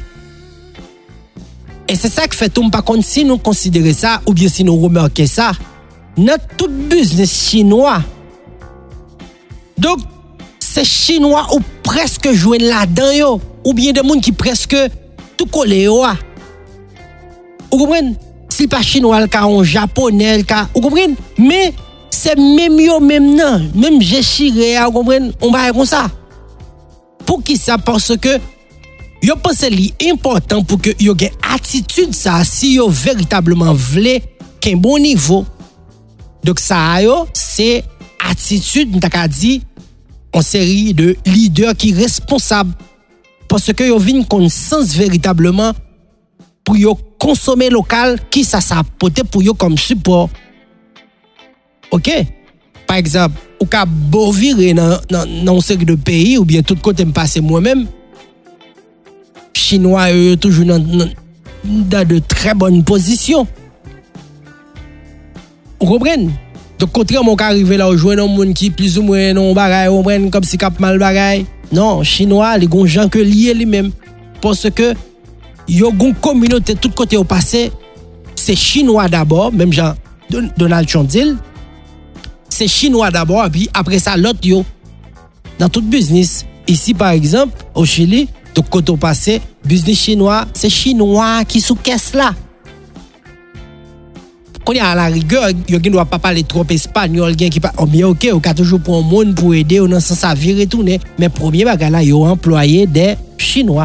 S1: Et c'est ça qui fait tout, par contre, si nous considérons ça ou bien si nous remarquons ça, notre tout business chinois. Donc, c'est chinois ou presque joué là-dedans, ou bien des gens qui presque tout collé. Vous comprenez? Si pas chinois, le cas en japonais, le cas. Vous comprenez? Mais c'est même yo, même non. Même j'ai chiré, vous comprenez? On va comme ça. Pour qui ça? Parce que yo pense c'est important pour que yo gain attitude ça si yo véritablement vle qu'un bon niveau. Donc ça yo c'est attitude t'as dit en série de leaders qui responsable parce que yo vinn connaissance véritablement pour yo consommer local qui ça apporter pour yo comme support. OK? Par exemple, ou ka beau virer dans série de pays ou bien tout côté me passer moi-même Chinois toujours dans de très bonnes positions. Vous comprenez? Donc contrairement qu'à arriver là où jouer dans monde qui plus ou moins non bagaille, on prend comme si cap mal bagaille. Non, chinois les gon gens que lié lui-même parce que yo gon communauté tout côté au passé, c'est chinois d'abord, même Jean Donald Trump dit, c'est chinois d'abord puis après ça l'autre yo dans tout business. Ici par exemple au Chili, donc quand on passe business chinois, c'est chinois qui sous caisse là. Quand il y a à la rigueur, il ne doit pas parler trop espagnol, qui pas bien OK, on a toujours pour un monde pour aider, on a sens à virer retourner, mais premier bagage là, ils ont employé des chinois.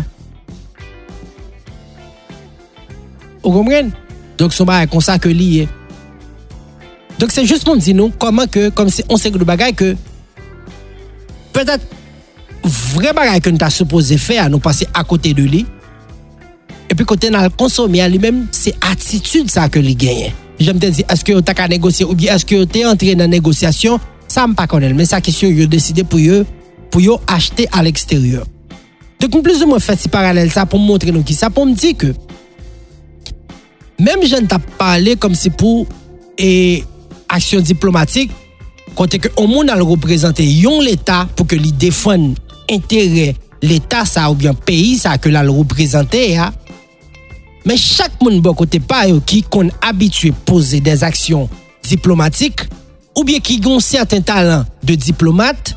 S1: Vous comprenez? Donc son bagage comme ça que lié. Donc c'est juste pour dire nous comment que comme si on sait que le bagage que peut-être vrai bagage que nous t'a supposé faire nous passer à côté de lui et puis côté n'a consommer à lui-même c'est attitude ça que lui gagne. J'aime te dire est-ce que tu as négocier ou bien est-ce que tu es entré dans négociation ça me pas connaître mais ça question yo décidé pour yo acheter à l'extérieur. Donc plus ou moins fait si parallèle ça pour montrer nous qui ça pour me dire que même je ne t'a parlé comme si pour action diplomatique côté que au monde a représenter yon l'état pour que lui défende intérêt l'état ça ou bien pays ça que là le représenter hein? Mais chaque monde bon côté pas qui qu'on habitué poser des actions diplomatiques ou bien qui ont certains talents de diplomate.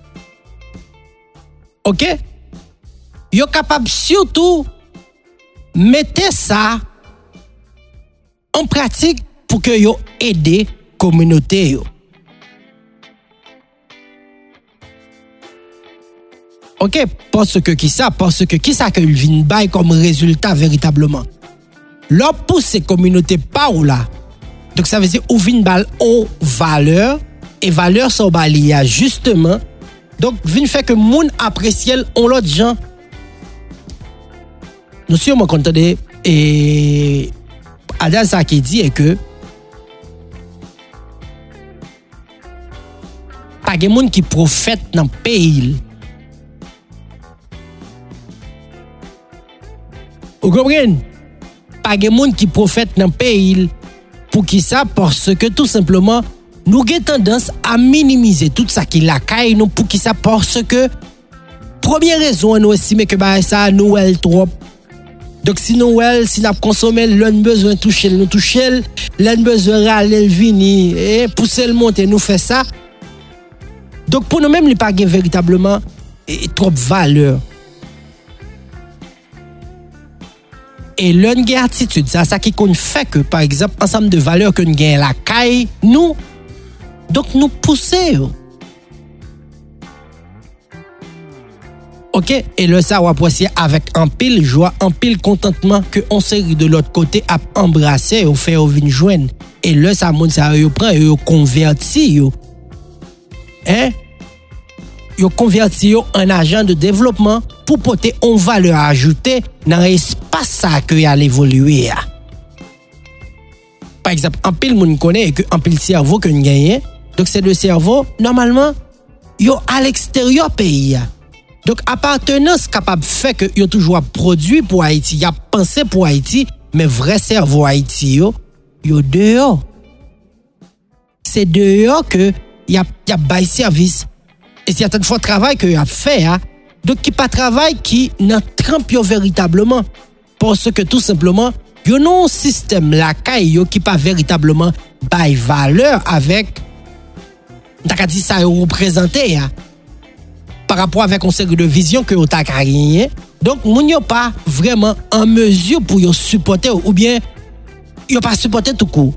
S1: OK? Yo capable surtout mettre ça en pratique pour que yo aider communauté yo. OK, parce que qui ça que il vient bail comme résultat véritablement. L'on pousse ces communautés par là. Donc ça veut dire ou vient bail aux valeurs et valeurs sont liées justement. Donc vient fait que moun apprécie on l'autre gens. Nous sommes contents et Adal ça qui dit est que pas de monde qui prophète dans le pays. Vous comprenez? Pas de monde qui prophète dans le pays. Pour qui ça? Parce que tout simplement, nous avons tendance à minimiser tout ça qui la caille nous. Pour qui ça? Parce que première raison, nous estimons que ça nous est trop. Donc si nous avons consommé, nous avons besoin de toucher, nous toucher, nous avons besoin de râler, venir, et pousser le monter, nous fait ça. Donc pour nous-mêmes, il n'y a pas véritablement trop de valeur. Et l'une attitude, c'est ça qui fait que, par exemple, ensemble de valeurs que nous gagnons la caille, nous, donc nous poussons. OK? Et le ça va apprécier avec un pile joie, un pile contentement que on série de l'autre côté à embrasser ou faire venir joindre. Et le ça monde ça yo prend et yo converti yo. Hein? Yo converti yo en agent de développement pour porter une valeur ajoutée dans l'espace ça que y a évoluer. Par exemple, un pile monde connaît que un pile cerveau que nous gagne. Donc c'est le cerveau normalement yo à l'extérieur pays. Donc appartenance capable fait que yo toujours produit pour Haïti, y a pensé pour Haïti, mais vrai cerveau Haïti yo dehors. C'est dehors que y a bail service. Et certaines fois travail que y a fait donc qui pas travail qui n'a trempe yo véritablement parce que tout simplement yo non système la caille yo qui pas véritablement bail valeur avec t'as dit ça représenter par rapport avec une série de visions que vous avez gagné. Donc, vous n'êtes pas vraiment en mesure pour vous supporter ou bien vous n'êtes pas supporter tout court.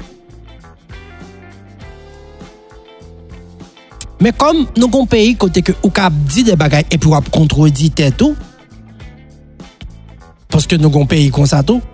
S1: Mais comme nous avons un pays côté que vous avez dit des bagages et puis vous avez contredit tout, parce que nous avons un pays comme ça tout,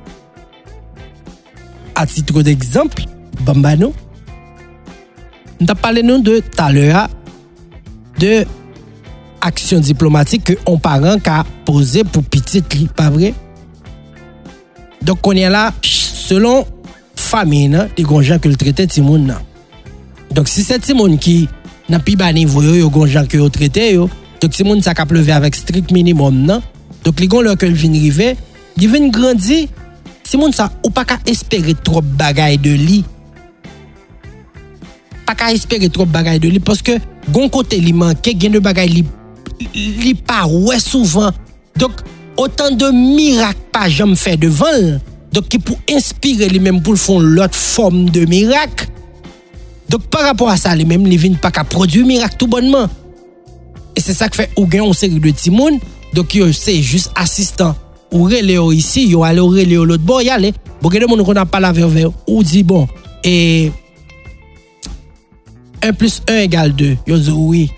S1: à titre d'exemple, Bambano, nous avons parlé de tout à l'heure de action diplomatique que on parent qu'a posé pour petite li, pas vrai? Donc on est là selon famille des gens que le traité Timoun. Donc si c'est Timoun qui n'a pas bas niveau yo gens que traité yo, donc Timoun ça cap lever avec strict minimum non. Donc les gens que vinn river, ils viennent grandir. Timoun ça ou pas qu'à espérer trop bagaille de lui. Pas qu'à espérer trop bagaille de lui parce que gon côté li manque gain de bagaille li pas ouais souvent. Donc autant de miracles pas jamais fait devant. Donc qui pour inspirer lui même pour faire l'autre forme de miracle. Donc par rapport à ça, les mêmes les viennent pas qu'à produire miracle tout bonnement. Et c'est ça que fait ou gain une série de timoun. Donc yo c'est juste assistant ou relé ici, yo aller relé l'autre bord y aller. Bon que monde qu'on a pas la vers ou dit bon et 1 + 1 = 2. Yo dit oui.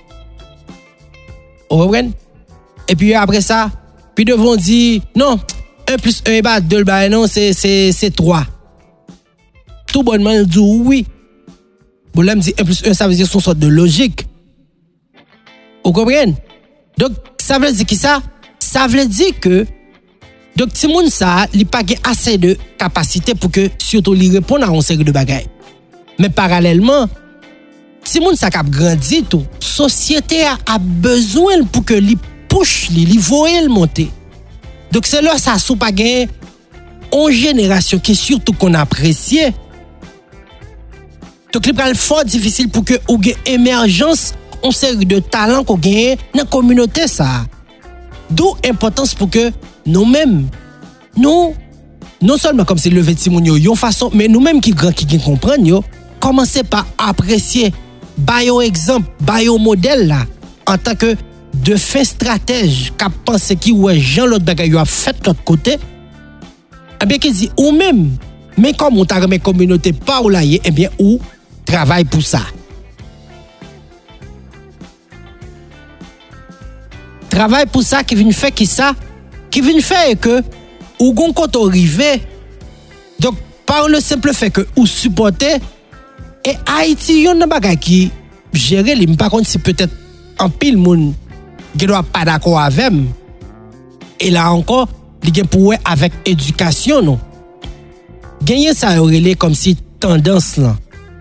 S1: Et puis après ça, puis devant dire non, 1 + 1 = 2, non, c'est 3. Tout bonnement il dit oui. Bon là me dit 1 + 1 ça veut dire son sorte de logique. Vous comprenez? Donc ça veut dire qui ça? Ça veut dire que donc si moun ça, il pas assez de capacité pour que surtout lui répondre à une série de bagages. Mais parallèlement si moun ça cap grandi tout, société a besoin pour que li push li voye le monter. Donc c'est là ça sou pas gain en génération qui surtout qu'on apprécie. Donc il est fort difficile pour que ou gain émergence en série de talents qu'on gagne dans la communauté ça. D'où importance pour que nous-mêmes nous non seulement comme c'est lever timoun yo façon mais nous-mêmes qui grand qui comprendre yo commencer par apprécier bio exemple, bio modèle là en tant que de fin stratège qui pense qui ouais Jean l'autre bagaille a fait de l'autre côté. Eh bien qui dit ou même mais comme on t'a remis communauté pas ou là eh bien ou travaille pour ça. travail pour ça qui vient faire qui ça qui vient faire que ou gon compte arrivé donc par le simple fait que ou supporter et Haïti yon nan bagay qui gérer li par contre si peut-être en pile moun qui doit pas d'accord avec et là encore li gen pour avec éducation non gagner ça relé comme si tendance là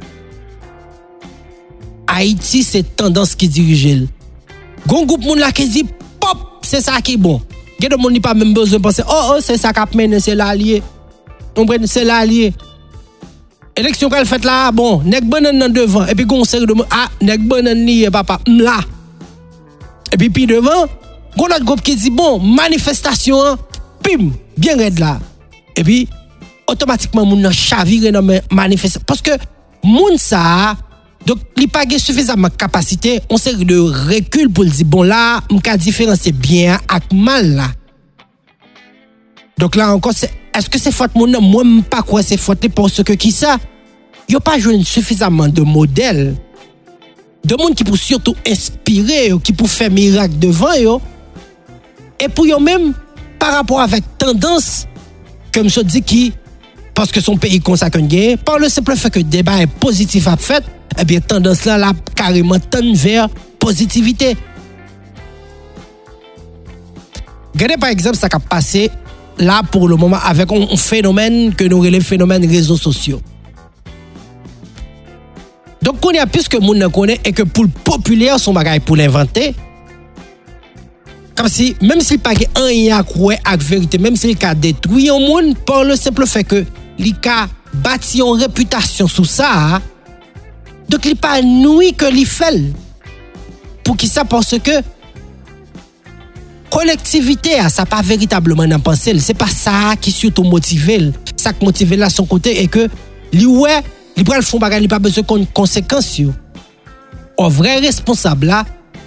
S1: Haïti c'est tendance qui dirige gon groupe moun là qui dit pop c'est ça qui est bon gen de moun ni pas même besoin penser oh c'est ça qu'a mené c'est l'allié on prend c'est l'allié élection qu'elle fait là bon nèg banan nan devant et puis gon série de nèg banan ni papa là et puis devant gon l'autre groupe qui dit bon manifestation pim bien raide là et puis automatiquement moun nan chavire dans manifestation parce que moun ça donc li pa gen suffisamment capacité on série de recul pour dire bon là m'ka différencier bien ak mal là donc là encore c'est est-ce que c'est faute moun moi pas quoi c'est faute parce que qui ça yo pas joué suffisamment de modèles de monde qui pour surtout inspirer qui pour faire miracle devant yo et pour yo même par rapport avec tendance comme je dis qui parce que son pays consacre gain par le simple fait que débat est positif à fait eh bien tendance là carrément tend vers positivité. Regardez par exemple ça qui a passé là pour le moment avec un phénomène que nous relève phénomène réseaux sociaux. Donc on y a plus que monde connaît et que pour le populaire son bagage pour l'inventer. Comme si même s'il pas rien à croire avec vérité, même s'il a détruit un monde par le simple fait que il a bâti une réputation sous ça. Donc il pas nuit que il fait. Pour qui ça parce que collectivité ça pas véritablement dans penser, c'est pas ça qui surtout motive, ça qui motive là son côté et que lui ouais, il prend le fond bagage, il pas besoin de conséquences. Un vrai responsable là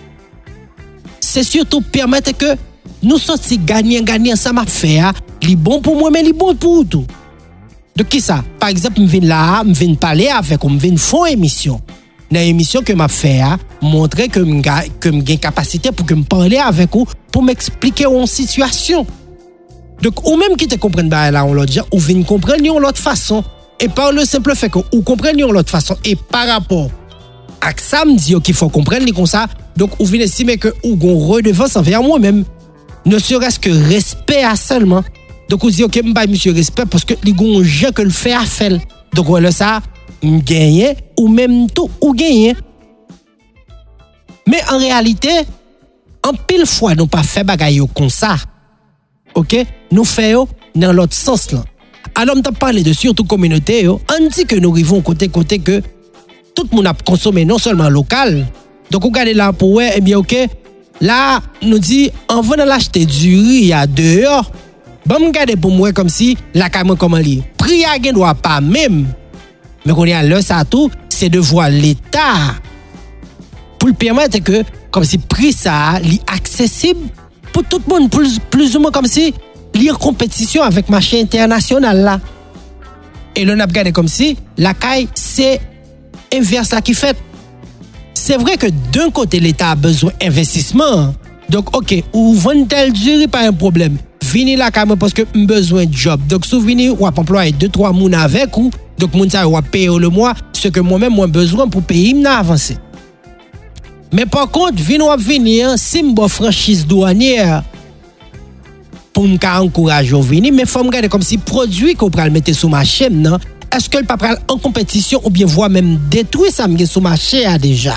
S1: c'est surtout permettre que nous sortir gagnant ça m'a fait li bon pour moi mais li bon pour tout. De qui ça par exemple me viens là me viens parler avec me viens faire émission dans émission que m'a fait montrer que me gain capacité pour que me parler avec vous pour m'expliquer une situation donc ou même qui te comprenne ba là on l'autre gens ou viens comprendre de l'autre façon et par le simple fait que ou comprendre de l'autre façon et par rapport à ça me dit qu'il faut comprendre comme ça donc ou viens estimer que ou gon redevance envers moi-même ne serait-ce que respect à seulement. Donc on dit OK m'pa monsieur respect parce que les gon gens que le fait à faire. Donc voilà ça gagner ou même tout ou gagner. Mais en réalité en pile fois nous pas fait bagaille comme ça. OK? Nous faisons dans l'autre sens là. Alors on t'a parlé de surtout communauté on dit que nous arrivons côté que tout le monde a consommé non seulement local. Donc on regarde là pour et bien OK. Là nous dit on va l'acheter du riz à dehors. Bon regarder pour moi comme si la caméra comment li. Prix à gain doit pas même. Mais qu'on y a là ça tout, c'est de voir l'état pour le permettre que comme si prix ça li accessible pour tout le monde plus ou moins comme si li en compétition avec marché international là. Et l'on a regardé comme si la caille c'est inverse là qui fait. C'est vrai que d'un côté l'État a besoin d'investissement. Donc OK, ou vendre tel durée pas un problème. Vini la caméra parce que besoin de job. Donc souvenir ou employer 2-3 moun avec ou donc moun ça va payer le mois ce que moi-même moi besoin pour payer m'na avancer. Mais par contre, venir si m'bo franchise douanière pour m'encourager venir mais faut me regarder comme si produit qu'on pral mettre sur marché non est-ce que le pas pral en compétition ou bien voire même détruire ça m'gè sur marché déjà.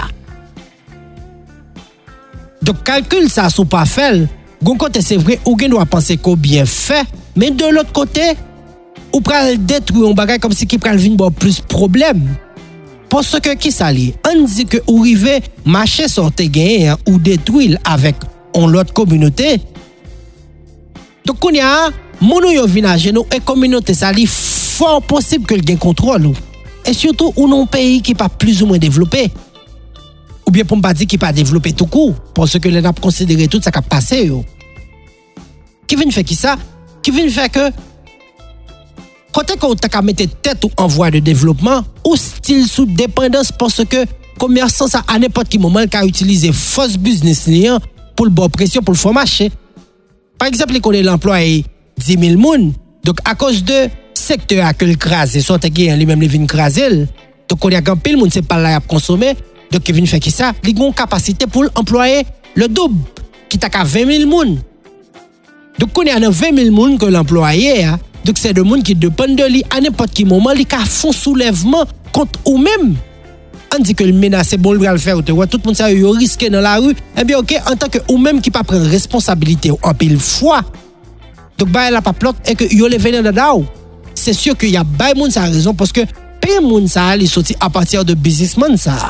S1: Donc calcul ça sou pas fait. Gon côté c'est vrai ou gen doit penser qu'on bien fait mais de l'autre côté ou pral détruire un bagage comme si qui pral vinn bon plus problème. Parce que qui ça li on dit que ou rive marché sorte gagner ou détruire avec on l'autre communauté. Donc on y a mon yo vinager nous et communauté ça li fort possible que le gain contrôle et surtout ou non pays qui pas plus ou moins développé. Ou bien pour me pas dire qui pas développé tout court parce que les n'a considéré tout ça qui a passé yo. Qui vient faire qui ça qui vient faire que quand on t'a mettre tête ou en voie de développement ou style sous dépendance parce que commerçant ça à n'importe quel moment qu'a utiliser fausse business client pour le bon pression, pour le faire marcher. Par exemple, il connaît l'employé 10 000 moun. Donc, à cause de secteur que le crase, soit qu'il lui-même les vins crasel. Donc, on y a grand pile moun, c'est pas là à consommer. Donc, il vient faire qui ça? Il a une capacité pour employer le double, qui t'a qu'à 20 000 moun. Donc, on y a 20 000 moun que l'employé, hein. Donc, c'est de moun qui dépendent de lui à n'importe quel moment, il a font soulèvement contre ou même. On dit que le menace bon le faire tout le monde ça yo risqué dans la rue. Eh bien OK, en tant que ou même qui pas prendre responsabilité en pile fois. Donc bah la pas plot et que yo le venir dedans. C'est sûr qu'il y a ba moun ça raison parce que paye moun ça il sorti à partir de businessman ça.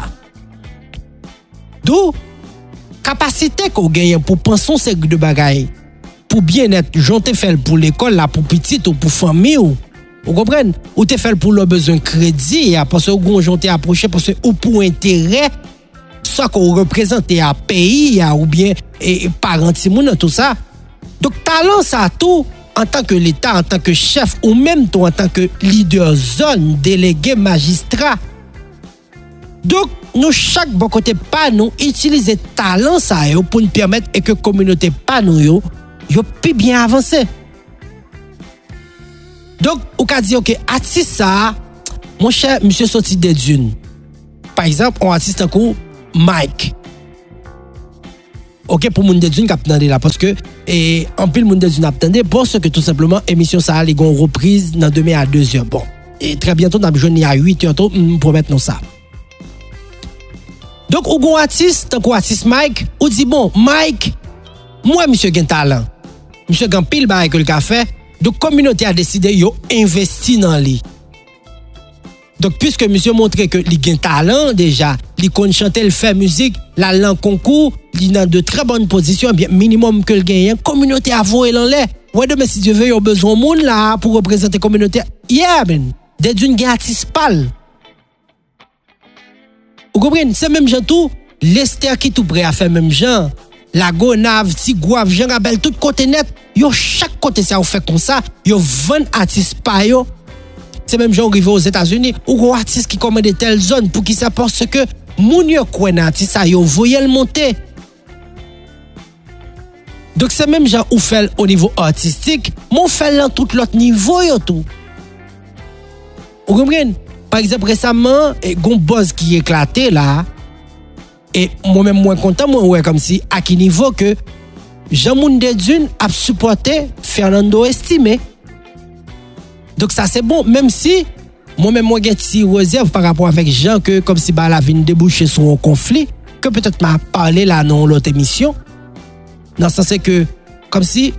S1: D'où capacité qu'on gagne pour penser ces de bagaille. Pour bien-être, j'en te fait pour l'école là pour petite ou pour famille ou vous comprenez? Ou te fait pour le besoin crédit parce que vous j'en te approché parce que ou pour intérêt soit qu'on représente à pays ou bien parents moun tout ça. Donc talent ça tout en tant que l'État, en tant que chef ou même toi en tant que leader zone, délégué magistrat. Donc nous chaque bon côté pas nous utiliser talent ça pour nous permettre et que communauté pas nous yo plus bien avancer. Donc, on peut dire, OK, artiste ça, mon cher monsieur sorti des dunes. Par exemple, on artiste un coup, Mike. OK, pour moun des dunes qui attendait là, parce que, en pile moun des dunes attendait, parce que tout simplement, émission ça, les gon reprise dans demain à 2h. Bon, et très bientôt, on a besoin à 8h, pour mettre ça. Donc, ou gon artiste, un coup artiste Mike, ou dit, bon, Mike, moi, monsieur gen talent. Monsieur gen pile bail que le café. Donc, la communauté a décidé de investir dans lui. Donc, puisque monsieur montre que il a un talent déjà, il connaît chanter, il fait musique, la langue concours, il est dans de très bonnes positions, bien minimum que le gagne, la communauté a voué l'en l'air. Ouais, mais si Dieu veut, il y a besoin de monde là pour représenter la communauté. Yeah, man. Des d'une artiste pâle. Vous comprenez? C'est même gens tout, l'Esther qui tout prêt à faire même gens. La Gonave, Tigouave, Jean Gabel, tout côté net, yo chaque côté ça on fait comme ça, yo 20 artistes pa yo. C'est même genre arrivé aux États-Unis ou un artiste qui commande telle zone pour qui ça parce que moun yo kwen artiste ça yo voyez le monter. Donc c'est même genre ou fait au niveau artistique, mon fait dans tout l'autre niveau yo tout. Vous comprenez? Par exemple récemment, gon buzz qui éclaté là. Et moi-même, moins content, moi, ouais, comme si, à quel niveau que Jean-Moun Dedune a supporté Fernando Estimé. Donc, ça, c'est bon, même si, moi-même, moi, j'ai une réserve par rapport avec Jean, que comme si, bah, la vie débouchait sur un conflit, que peut-être m'a parlé là dans l'autre émission. Dans le sens que, comme si,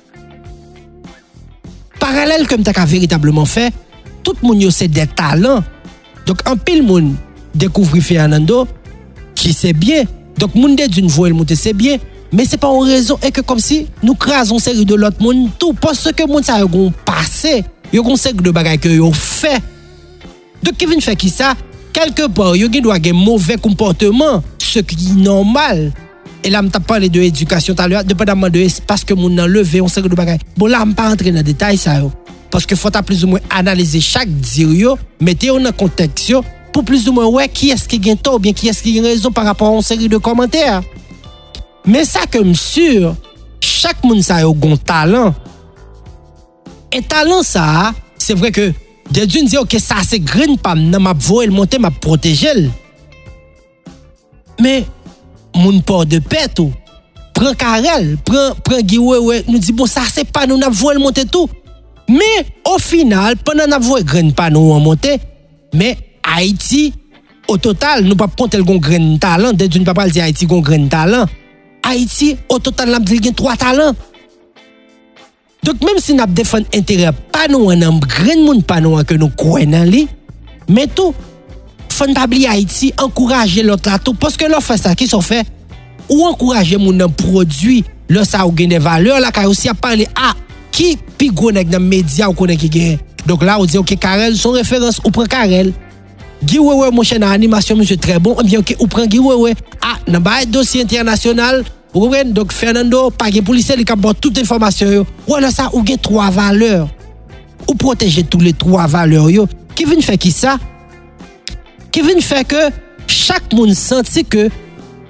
S1: parallèle comme tu as véritablement fait, tout le monde, c'est des talents. Donc, en pile, monde découvre Fernando, qui c'est bien. Donc, moun de d'une voie, monter c'est bien. Mais c'est pas en raison et que comme si nous crasons série de l'autre monde tout parce que moun ça yon passé, yon série de bagages que yon fait. Donc, qui vient faire qui ça? Quelque part, yon doit avoir un mauvais comportement, ce qui est normal. Et là, je t'ai parlé de l'éducation tout à l'heure, dépendamment de l'espace que moun a levé, on série de bagages. Bon, là, je ne vais pas entrer dans les détails ça. Parce que faut plus ou moins analyser chaque dire, mettez-vous dans le contexte. Pour plus ou moins, ouais, qui est-ce qui gagne tort ou bien qui est-ce qui a raison par rapport à une série de commentaires. Mais ça, comme sûr, chaque monde a un talent. Et talent, ça, c'est vrai que de d'une dit, OK, ça, c'est green, pas m'a voie, monter, m'a protéger. Mais, mon port de paix, tout, prend Karel, prend Guiwe, nous dit, bon, ça, c'est pas nous, n'a voie, monter tout. Mais, au final, pendant n'a voie, green, pas nous, on monter, mais, Haïti, au total, nous ne pouvons pas compter le grand talent. Dès que nous ne pouvons pas dire Haïti a un grand talent. Haïti, au total, nous avons 3 talents. Donc, même si nous avons défendu intérêt, pas nous, on a un grand monde, pas nous, que nous croyons dans lui, mais tout, il faut pas oublier Haïti, encourager l'autre là, tout, parce que l'on fait ça, qui sont fait, ou encourager mon produit, là, ça a des valeurs, là, car aussi à parler, qui, puis gros, dans les médias, ou connaît qui gagne. Donc là, on dit, OK, Karel, son référence, ou prend Karel. Guy Wewe, mon chien d'animation, monsieur très bon. Bien, OK, ou prend Guy Wewe. Dans le dossier international, vous comprenez? Donc, Fernando, pas de policier, il a toute information. Ou alors ça, ou a 3 valeurs. Ou protéger tous les 3 valeurs. Qui vient faire qui ça? Qui vient faire que chaque monde senti que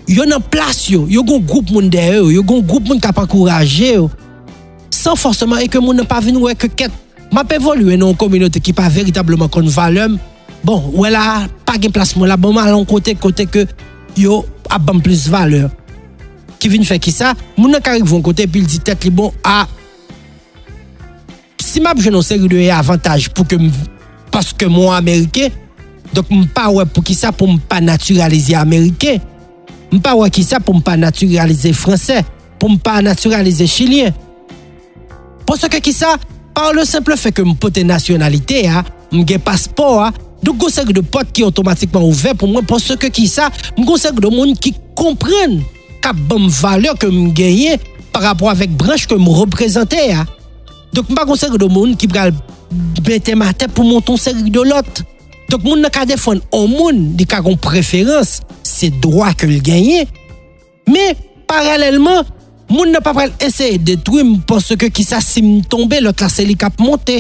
S1: yo nan place yo gon groupe moun derrière yo gon groupe moun k'ap encourager yo sans forcément et que moun n'a pas vinn ouais que quête m'a évoluer dans une communauté qui pas véritablement kon valeur bon ouais là pas gen place moi là bon mal côté que yo a ban plus valeur qui vinn faire qui ça moun nan arrive von côté puis il dit tête li bon ah si m'a j'ai une série de avantages pour que parce que moi américain donc m'pas ouais pour qui ça pour m'pas naturaliser américain m'pas ouais qui ça pour m'pas naturaliser français pour m'pas naturaliser chilien parce que qui ça par le simple fait que m'pote nationalité a m'gen passeport a donc go série de portes qui automatiquement ouvert pour moi parce que qui ça m'gon série de monde qui comprennent qu'a bonne valeur que m'gagner par rapport avec branche que me représenter a donc m'pas gon série de monde qui pral mettre ma tête pour monter série de l'autre donc moun n'a ka défendre un monde di ka gon préférence c'est droit que le gagner mais parallèlement moun n'a pas pral essayer de détruire parce que qui ça si me tomber l'autre là c'est li cap monter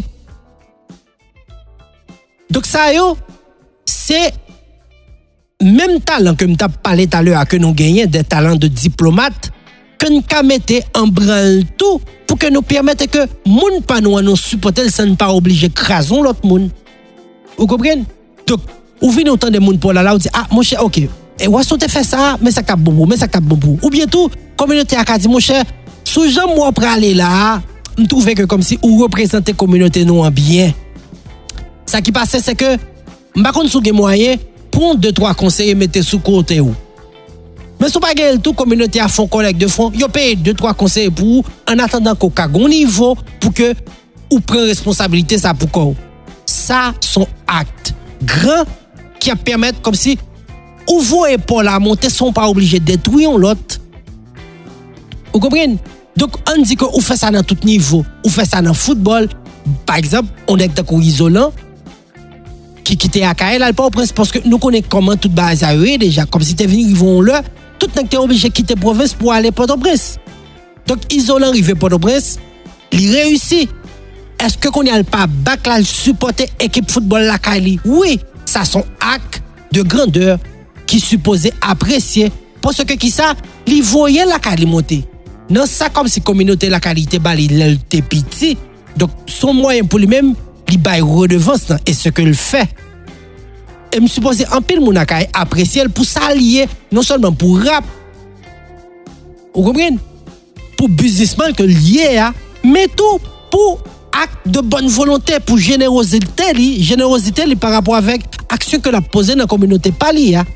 S1: donc ça yo c'est même talent que m't'a parlé tout à l'heure que nous gagner des talents de diplomate que nous ka mette en branle tout pour que nous permettre que moun pas nous supporter ça ne pas obligé crason l'autre moun vous comprenez donc ou vient autant de monde pour là on dit ah mon cher OK et où est-ce que tu fais ça mais ça cap bon ou bien tout communauté a dit mon cher sous Jean moi pour aller là me trouver que comme si ou représenter communauté nous en bien ça qui passait c'est que m'pa konn sou gen moyen prend 2-3 conseillers mettez sous côté ou mais sou pas gen tout communauté a fond collecte de fonds yo paye 2-3 conseillers pour en attendant qu'au ka gon niveau pour que ou prend responsabilité ça pour quoi ça son acte grand qui a permettre comme si ou vos épaules à monter sont pas obligés de détruire l'autre. Vous comprenez? Donc on dit que ou fait ça dans tout niveau, ou fait ça dans football. Par exemple, on est d'accord isolant qui quitte Akael là pas au prince parce que nous connaissons comment toute base a eu déjà comme si t'es venu ils vont là, tout n'est pas obligé de quitter province pour aller Port-au-Prince. Donc isolant arrivé Port-au-Prince, il réussit. Est-ce que qu'on y a pas bac là supporter équipe football la Kali? Oui, ça son acte de grandeur qui supposé apprécier parce que qui ça, il voyait la Kali monter. Non ça comme si communauté la qualité bali l'était petit. Donc son moyen pour lui-même, il bail redevance et ce que il fait. Et me supposé en pile mon akay apprécier pour s'allier non seulement pour rap. Vous comprenez? Pour businessman que lié a, mais tout pour acte de bonne volonté pour générosité par rapport avec action que l'a posé dans la communauté pali a.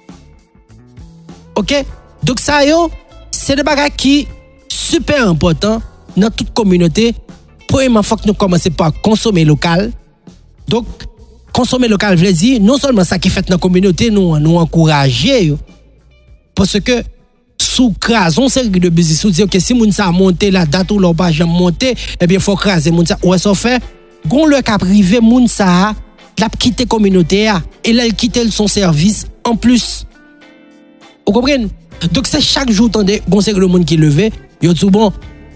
S1: OK? Donc ça yo, c'est des bagages qui super important dans toute communauté. Premièrement, faut que nous commencer par consommer local. Donc consommer local veut dire non seulement ça qui fait dans la communauté nous encourager parce que sous crason série de business ou dire que si moun ça monter la date ou l'on pas jamais monter et bien faut craser moun ça ouais ça fait gon le cap privé moun ça l'a quitter communauté et là il quitter son service en plus. Vous comprenez? Donc c'est chaque jour tendez gon série de monde qui levé yo tout bon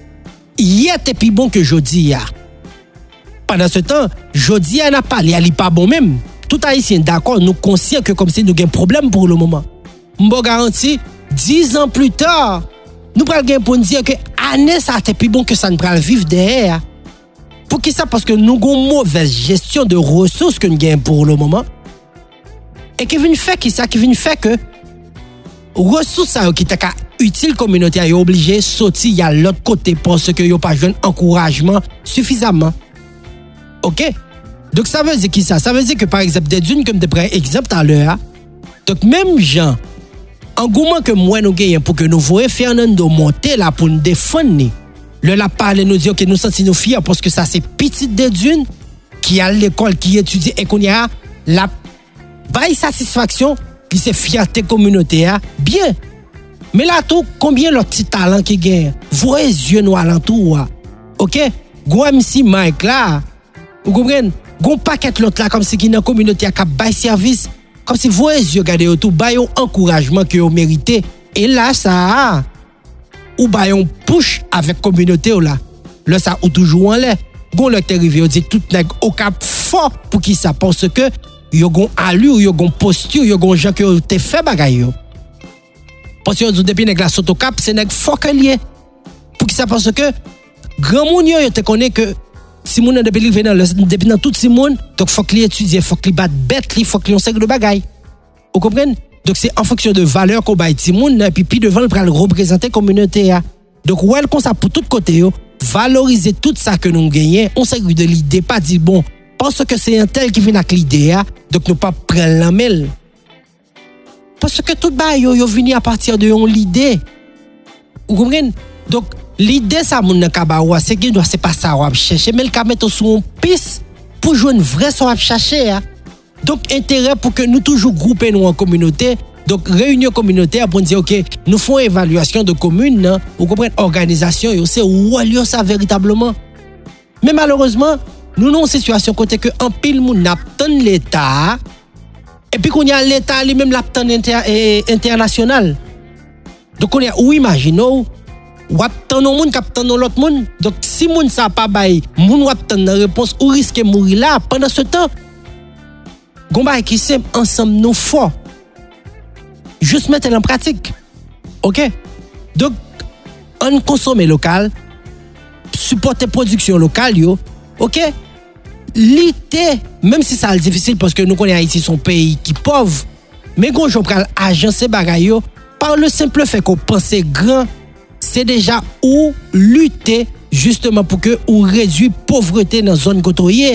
S1: hier était plus bon que jodi a. Pendant ce temps, jodi a n'a pas li pas bon même. Tout haïtien d'accord, nous conscient que comme si nous avons un problème pour le moment. M'bo garanti 10 ans plus tard, nous pral gen pour dire que année ça était plus bon que ça ne pral vivre derrière. Pour qui ça? Parce que nous avons une mauvaise gestion de ressources que nous gagnons pour le moment. Et qui vient faire qui ça? Qui vient faire que ressources qui t'a utile communauté est obligé sortir à l'autre côté parce que yo pas jeune encouragement suffisamment. OK? Donc ça veut dire qui ça? Ça veut dire que par exemple des dunes comme de prend exemple tout à l'heure. Donc même gens engouement que moi nous gagnons pour que nous voyons Fernando monter là pour nous défendre. Le la parler nous dire que nous sentons nous fiers parce que ça c'est petite des dunes qui a l'école qui étudie et qu'on y a la bail satisfaction qui c'est fierté communautaire bien. Mais là tout combien leur petit talent qui gagne. Voyez yeux noirs alentour. OK? Go MC Mike là. Vous comprenez? Gon paquet l'autre là comme si qui dans communauté a bail service comme si voyez yeux regarder autour bail encouragement que vous méritez et là ça ou bail on push avec communauté là. Là ça ou toujours en l'air. Gon le arrivé dit tout nèg au cap fort pour qui ça parce que yo gon allure, yo gon posture, yo gon gens que te fait bagaille yo. Parce que depuis nèg la soto cap, c'est nèg fort lié. Pour qui ça parce que grand moun yo te connaît que si moun nan depuis depuis dans tout si moun, donc faut qu'il étudie, faut qu'il batte bête, faut qu'il on sait de bagaille. Vous comprenez? Donc c'est en fonction de valeur qu'on baille ti moun et puis devant le pral représenter communauté. Donc ouais comme ça pour tout côté yo, valoriser tout ça que nous gagnons, on sait de l'idée pas dire bon parce que c'est un tel qui vient avec l'idée donc nous pas prendre la mêle. Parce que tout ba yo vini à partir de l'idée. Vous comprenez? Donc l'idée ça moun nan kabawa c'est que c'est pas ça on chercher mais le ka mettre sur une piste pour jouer une vraie so on chercher. Donc intérêt pour que nous toujours grouper nous en communauté. Donc réunion communautaire pour dire OK, nous faisons évaluation de commune, vous comprenez organisation et c'est où lieu ça véritablement. Mais malheureusement, nous avons une situation côté que en pile moun n'attend l'état et puis qu'on y a l'état lui-même l'attend international. Donc on est ou imaginons ou attend moun captant l'autre moun. Donc si moun ça pas bail, moun attend une réponse ou risque mourir là pendant ce temps. Gomba qui simple ensemble nous fort. Juste mettre en pratique. OK? Donc on consomme local, supporter production locale yo. OK? L'idée même si ça est difficile parce que nous connaissons Haïti son pays qui pauvre, mais quand je pral agencer bagay yo par le simple fait qu'on pense grand, c'est déjà ou lutter justement pour que ou réduire pauvreté dans zone côtière.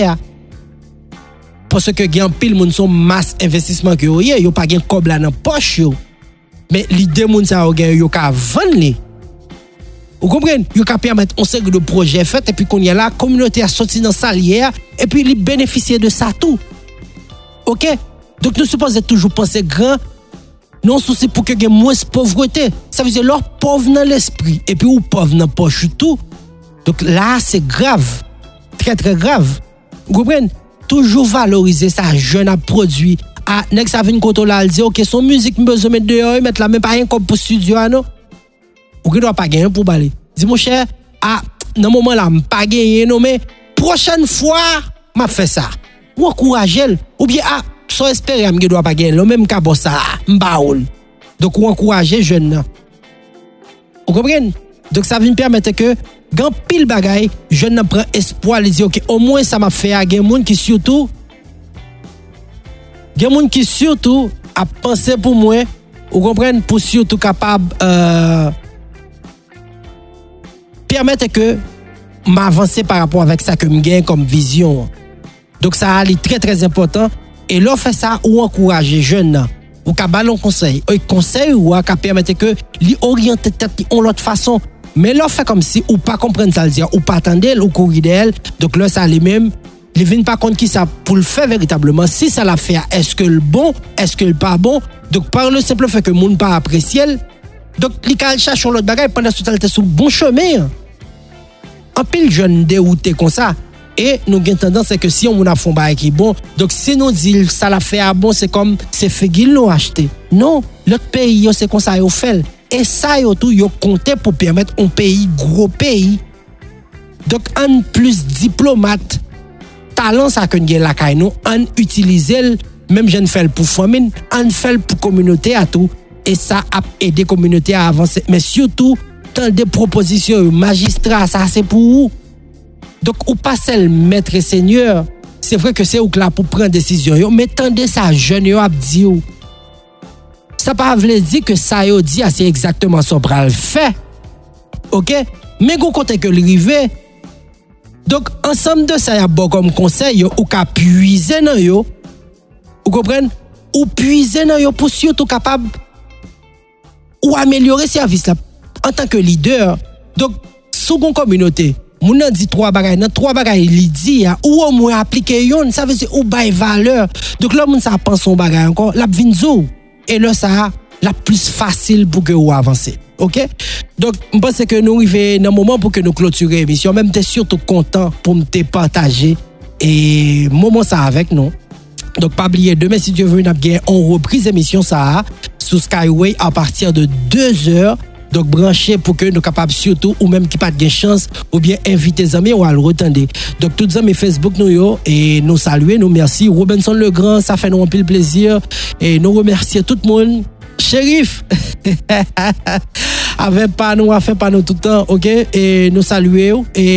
S1: Parce que gen pile moun son masse investissement que yo pas gen kob là dans poche yo. Mais l'idée moun ça yo ka vendre. Vous comprenez? Yo ka permettre on série de projets fait et puis qu'on y a la communauté a sorti dans salière et puis li bénéficier de ça tout. OK? Donc nous supposons toujours penser grand. Non souci pour que gen moins pauvreté. Ça veut dire leur pauvre dans l'esprit et puis ou pauvre dans poche tout. Donc là c'est grave. Très très grave. Vous comprenez? Toujours valoriser ça jeune à produit. Ah, nek ça vinn koto là, dit OK, son musique besoin mettre dehors, mettre la même pas rien comme pour studio non. Ou que doit pas gagner pour baler. Dis mon cher, ah, dans moment là, pas gagner non mais prochaine fois, m'a fait ça. Ou encourager ou bien ah, so espérer me doit pas gagner, le même ka bon ça, m'baoul. Donc ou encourager jeune. Vous comprenez? Donc ça vient permettre que grand pile bagay, jeune nan prend espoir, les dit OK, au moins ça m'a fait à gen moun qui surtout a pensé pour moi, vous comprenez, pour surtout capable permettre que m'avancer par rapport avec ça que me gagne comme vision. Donc ça est très très important et là fait ça ou encourager jeune ou ka ballon conseil, conseil ou ka permettre que li orienter tête en l'autre façon. Mais là fait comme si ou pas comprendre ça le dire ou pas attendre ou courir d'elle. Donc là ça les même ils viennent pas compte qui ça pour le faire véritablement si ça l'a fait est-ce que le bon est-ce que le pas bon. Donc par le simple fait que monde pas apprécier donc li ka cherche l'autre bagaille pendant ce temps il était sur bon chemin. En pile jeune dérouté comme ça et nous gain tendance c'est que si on a fond bail qui bon donc si nous dit ça l'a fait à bon c'est comme c'est fait qu'ils l'ont acheté. Non, l'autre pays c'est comme ça yo fait. Et ça yo tout yo compté pour permettre un pays gros pays. Donc un plus diplomate talent ça que nous la kay nous on utiliser même jeune fait pour famille, on fait pour communauté à tout et ça a aidé communauté à avancer mais surtout dans des propositions magistrat ça c'est pour vous. Donc ou pas seul maître et seigneur, c'est vrai que c'est ou là pour prendre décision yo mais tendez ça jeune yo a dit ou ça pas veut dire que ça yo dit c'est exactement son bral fait. OK? Mais gon côté que rivé. Donc ensemble de ça y a bon comme conseil ou ka puiser dans yo. Vous comprenez? Ou puiser dans yo pour surtout capable ou améliorer service là en tant que leader. Donc sous gon communauté, moun nan dit trois bagages li dit ou au moins appliquer yon, ça veut dire ou bay valeur. Donc là moun ça pense son bagage encore, la vinn zou. Et là, ça la plus facile pour que vous avancez. OK? Donc, je pense que nous arrivons dans un moment pour que nous clôturer l'émission. Même t'es surtout content pour me partager et moment ça avec nous. Donc, pas oublier demain, si Dieu veut, on reprise l'émission ça sur Skyway à partir de 2h. Donc, branchez pour que nous capables surtout, ou même qui pas de chance, ou bien inviter les amis ou à le retendre. Donc, tous les amis Facebook nous yo, et nous saluer, nous merci. Robinson Legrand, ça fait nous un peu plaisir. Et nous remercier tout le monde Shérif, avec pas nous, a fait pas nous tout le temps, ok? Et nous saluer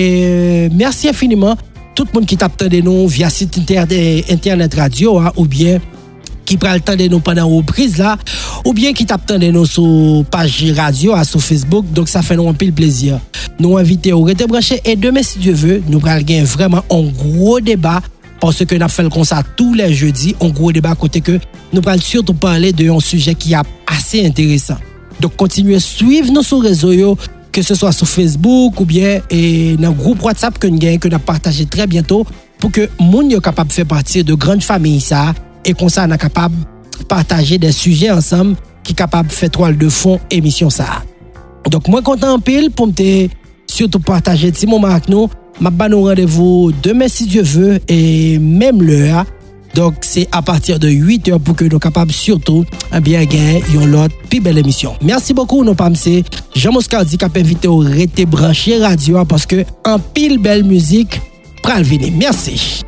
S1: et merci infiniment tout le monde qui t'attend de nous via site internet radio hein, ou bien qui prend le temps de nous pendant une reprise là, ou bien qui t'attend de nous sur page radio hein, sur Facebook. Donc ça fait nous un pile plaisir. Nous inviter au rester branché et demain si Dieu veut, nous allons gagner vraiment un gros débat. Parce que nous faisons comme ça tous les jeudis, un gros débat côté que nous allons surtout parler d'un sujet qui est assez intéressant. Donc continuez à suivre nos réseaux, que ce soit sur Facebook ou bien dans le groupe WhatsApp que nous avons partagé très bientôt pour que les gens soient capables de faire partie de grandes familles ça, et comme ça, nous sommes capables de partager des sujets ensemble qui sont capables de faire toile de fond émission ça. Donc moi content en pile pour me surtout partager ce moment avec nous. Je vais nous rendez-vous demain si Dieu veut et même l'heure. Donc c'est à partir de 8h pour que nous soyons capables surtout bien gagner une autre plus belle émission. Merci beaucoup nos PAMC. Jean Moscardi qui a invité au rester branché radio parce que en pile belle musique pral venir. Merci.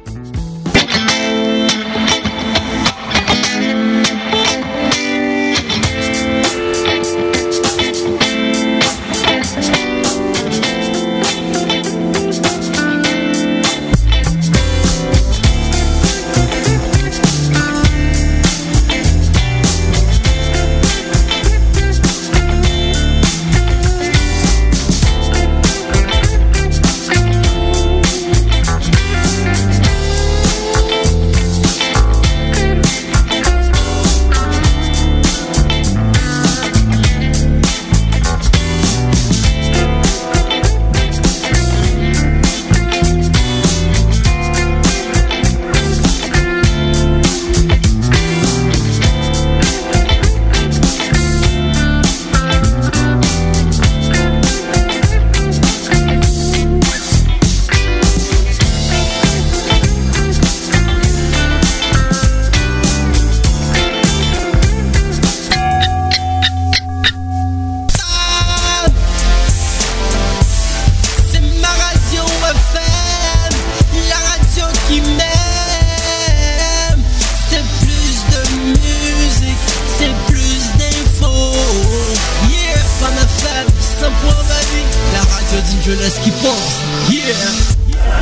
S3: Je laisse qui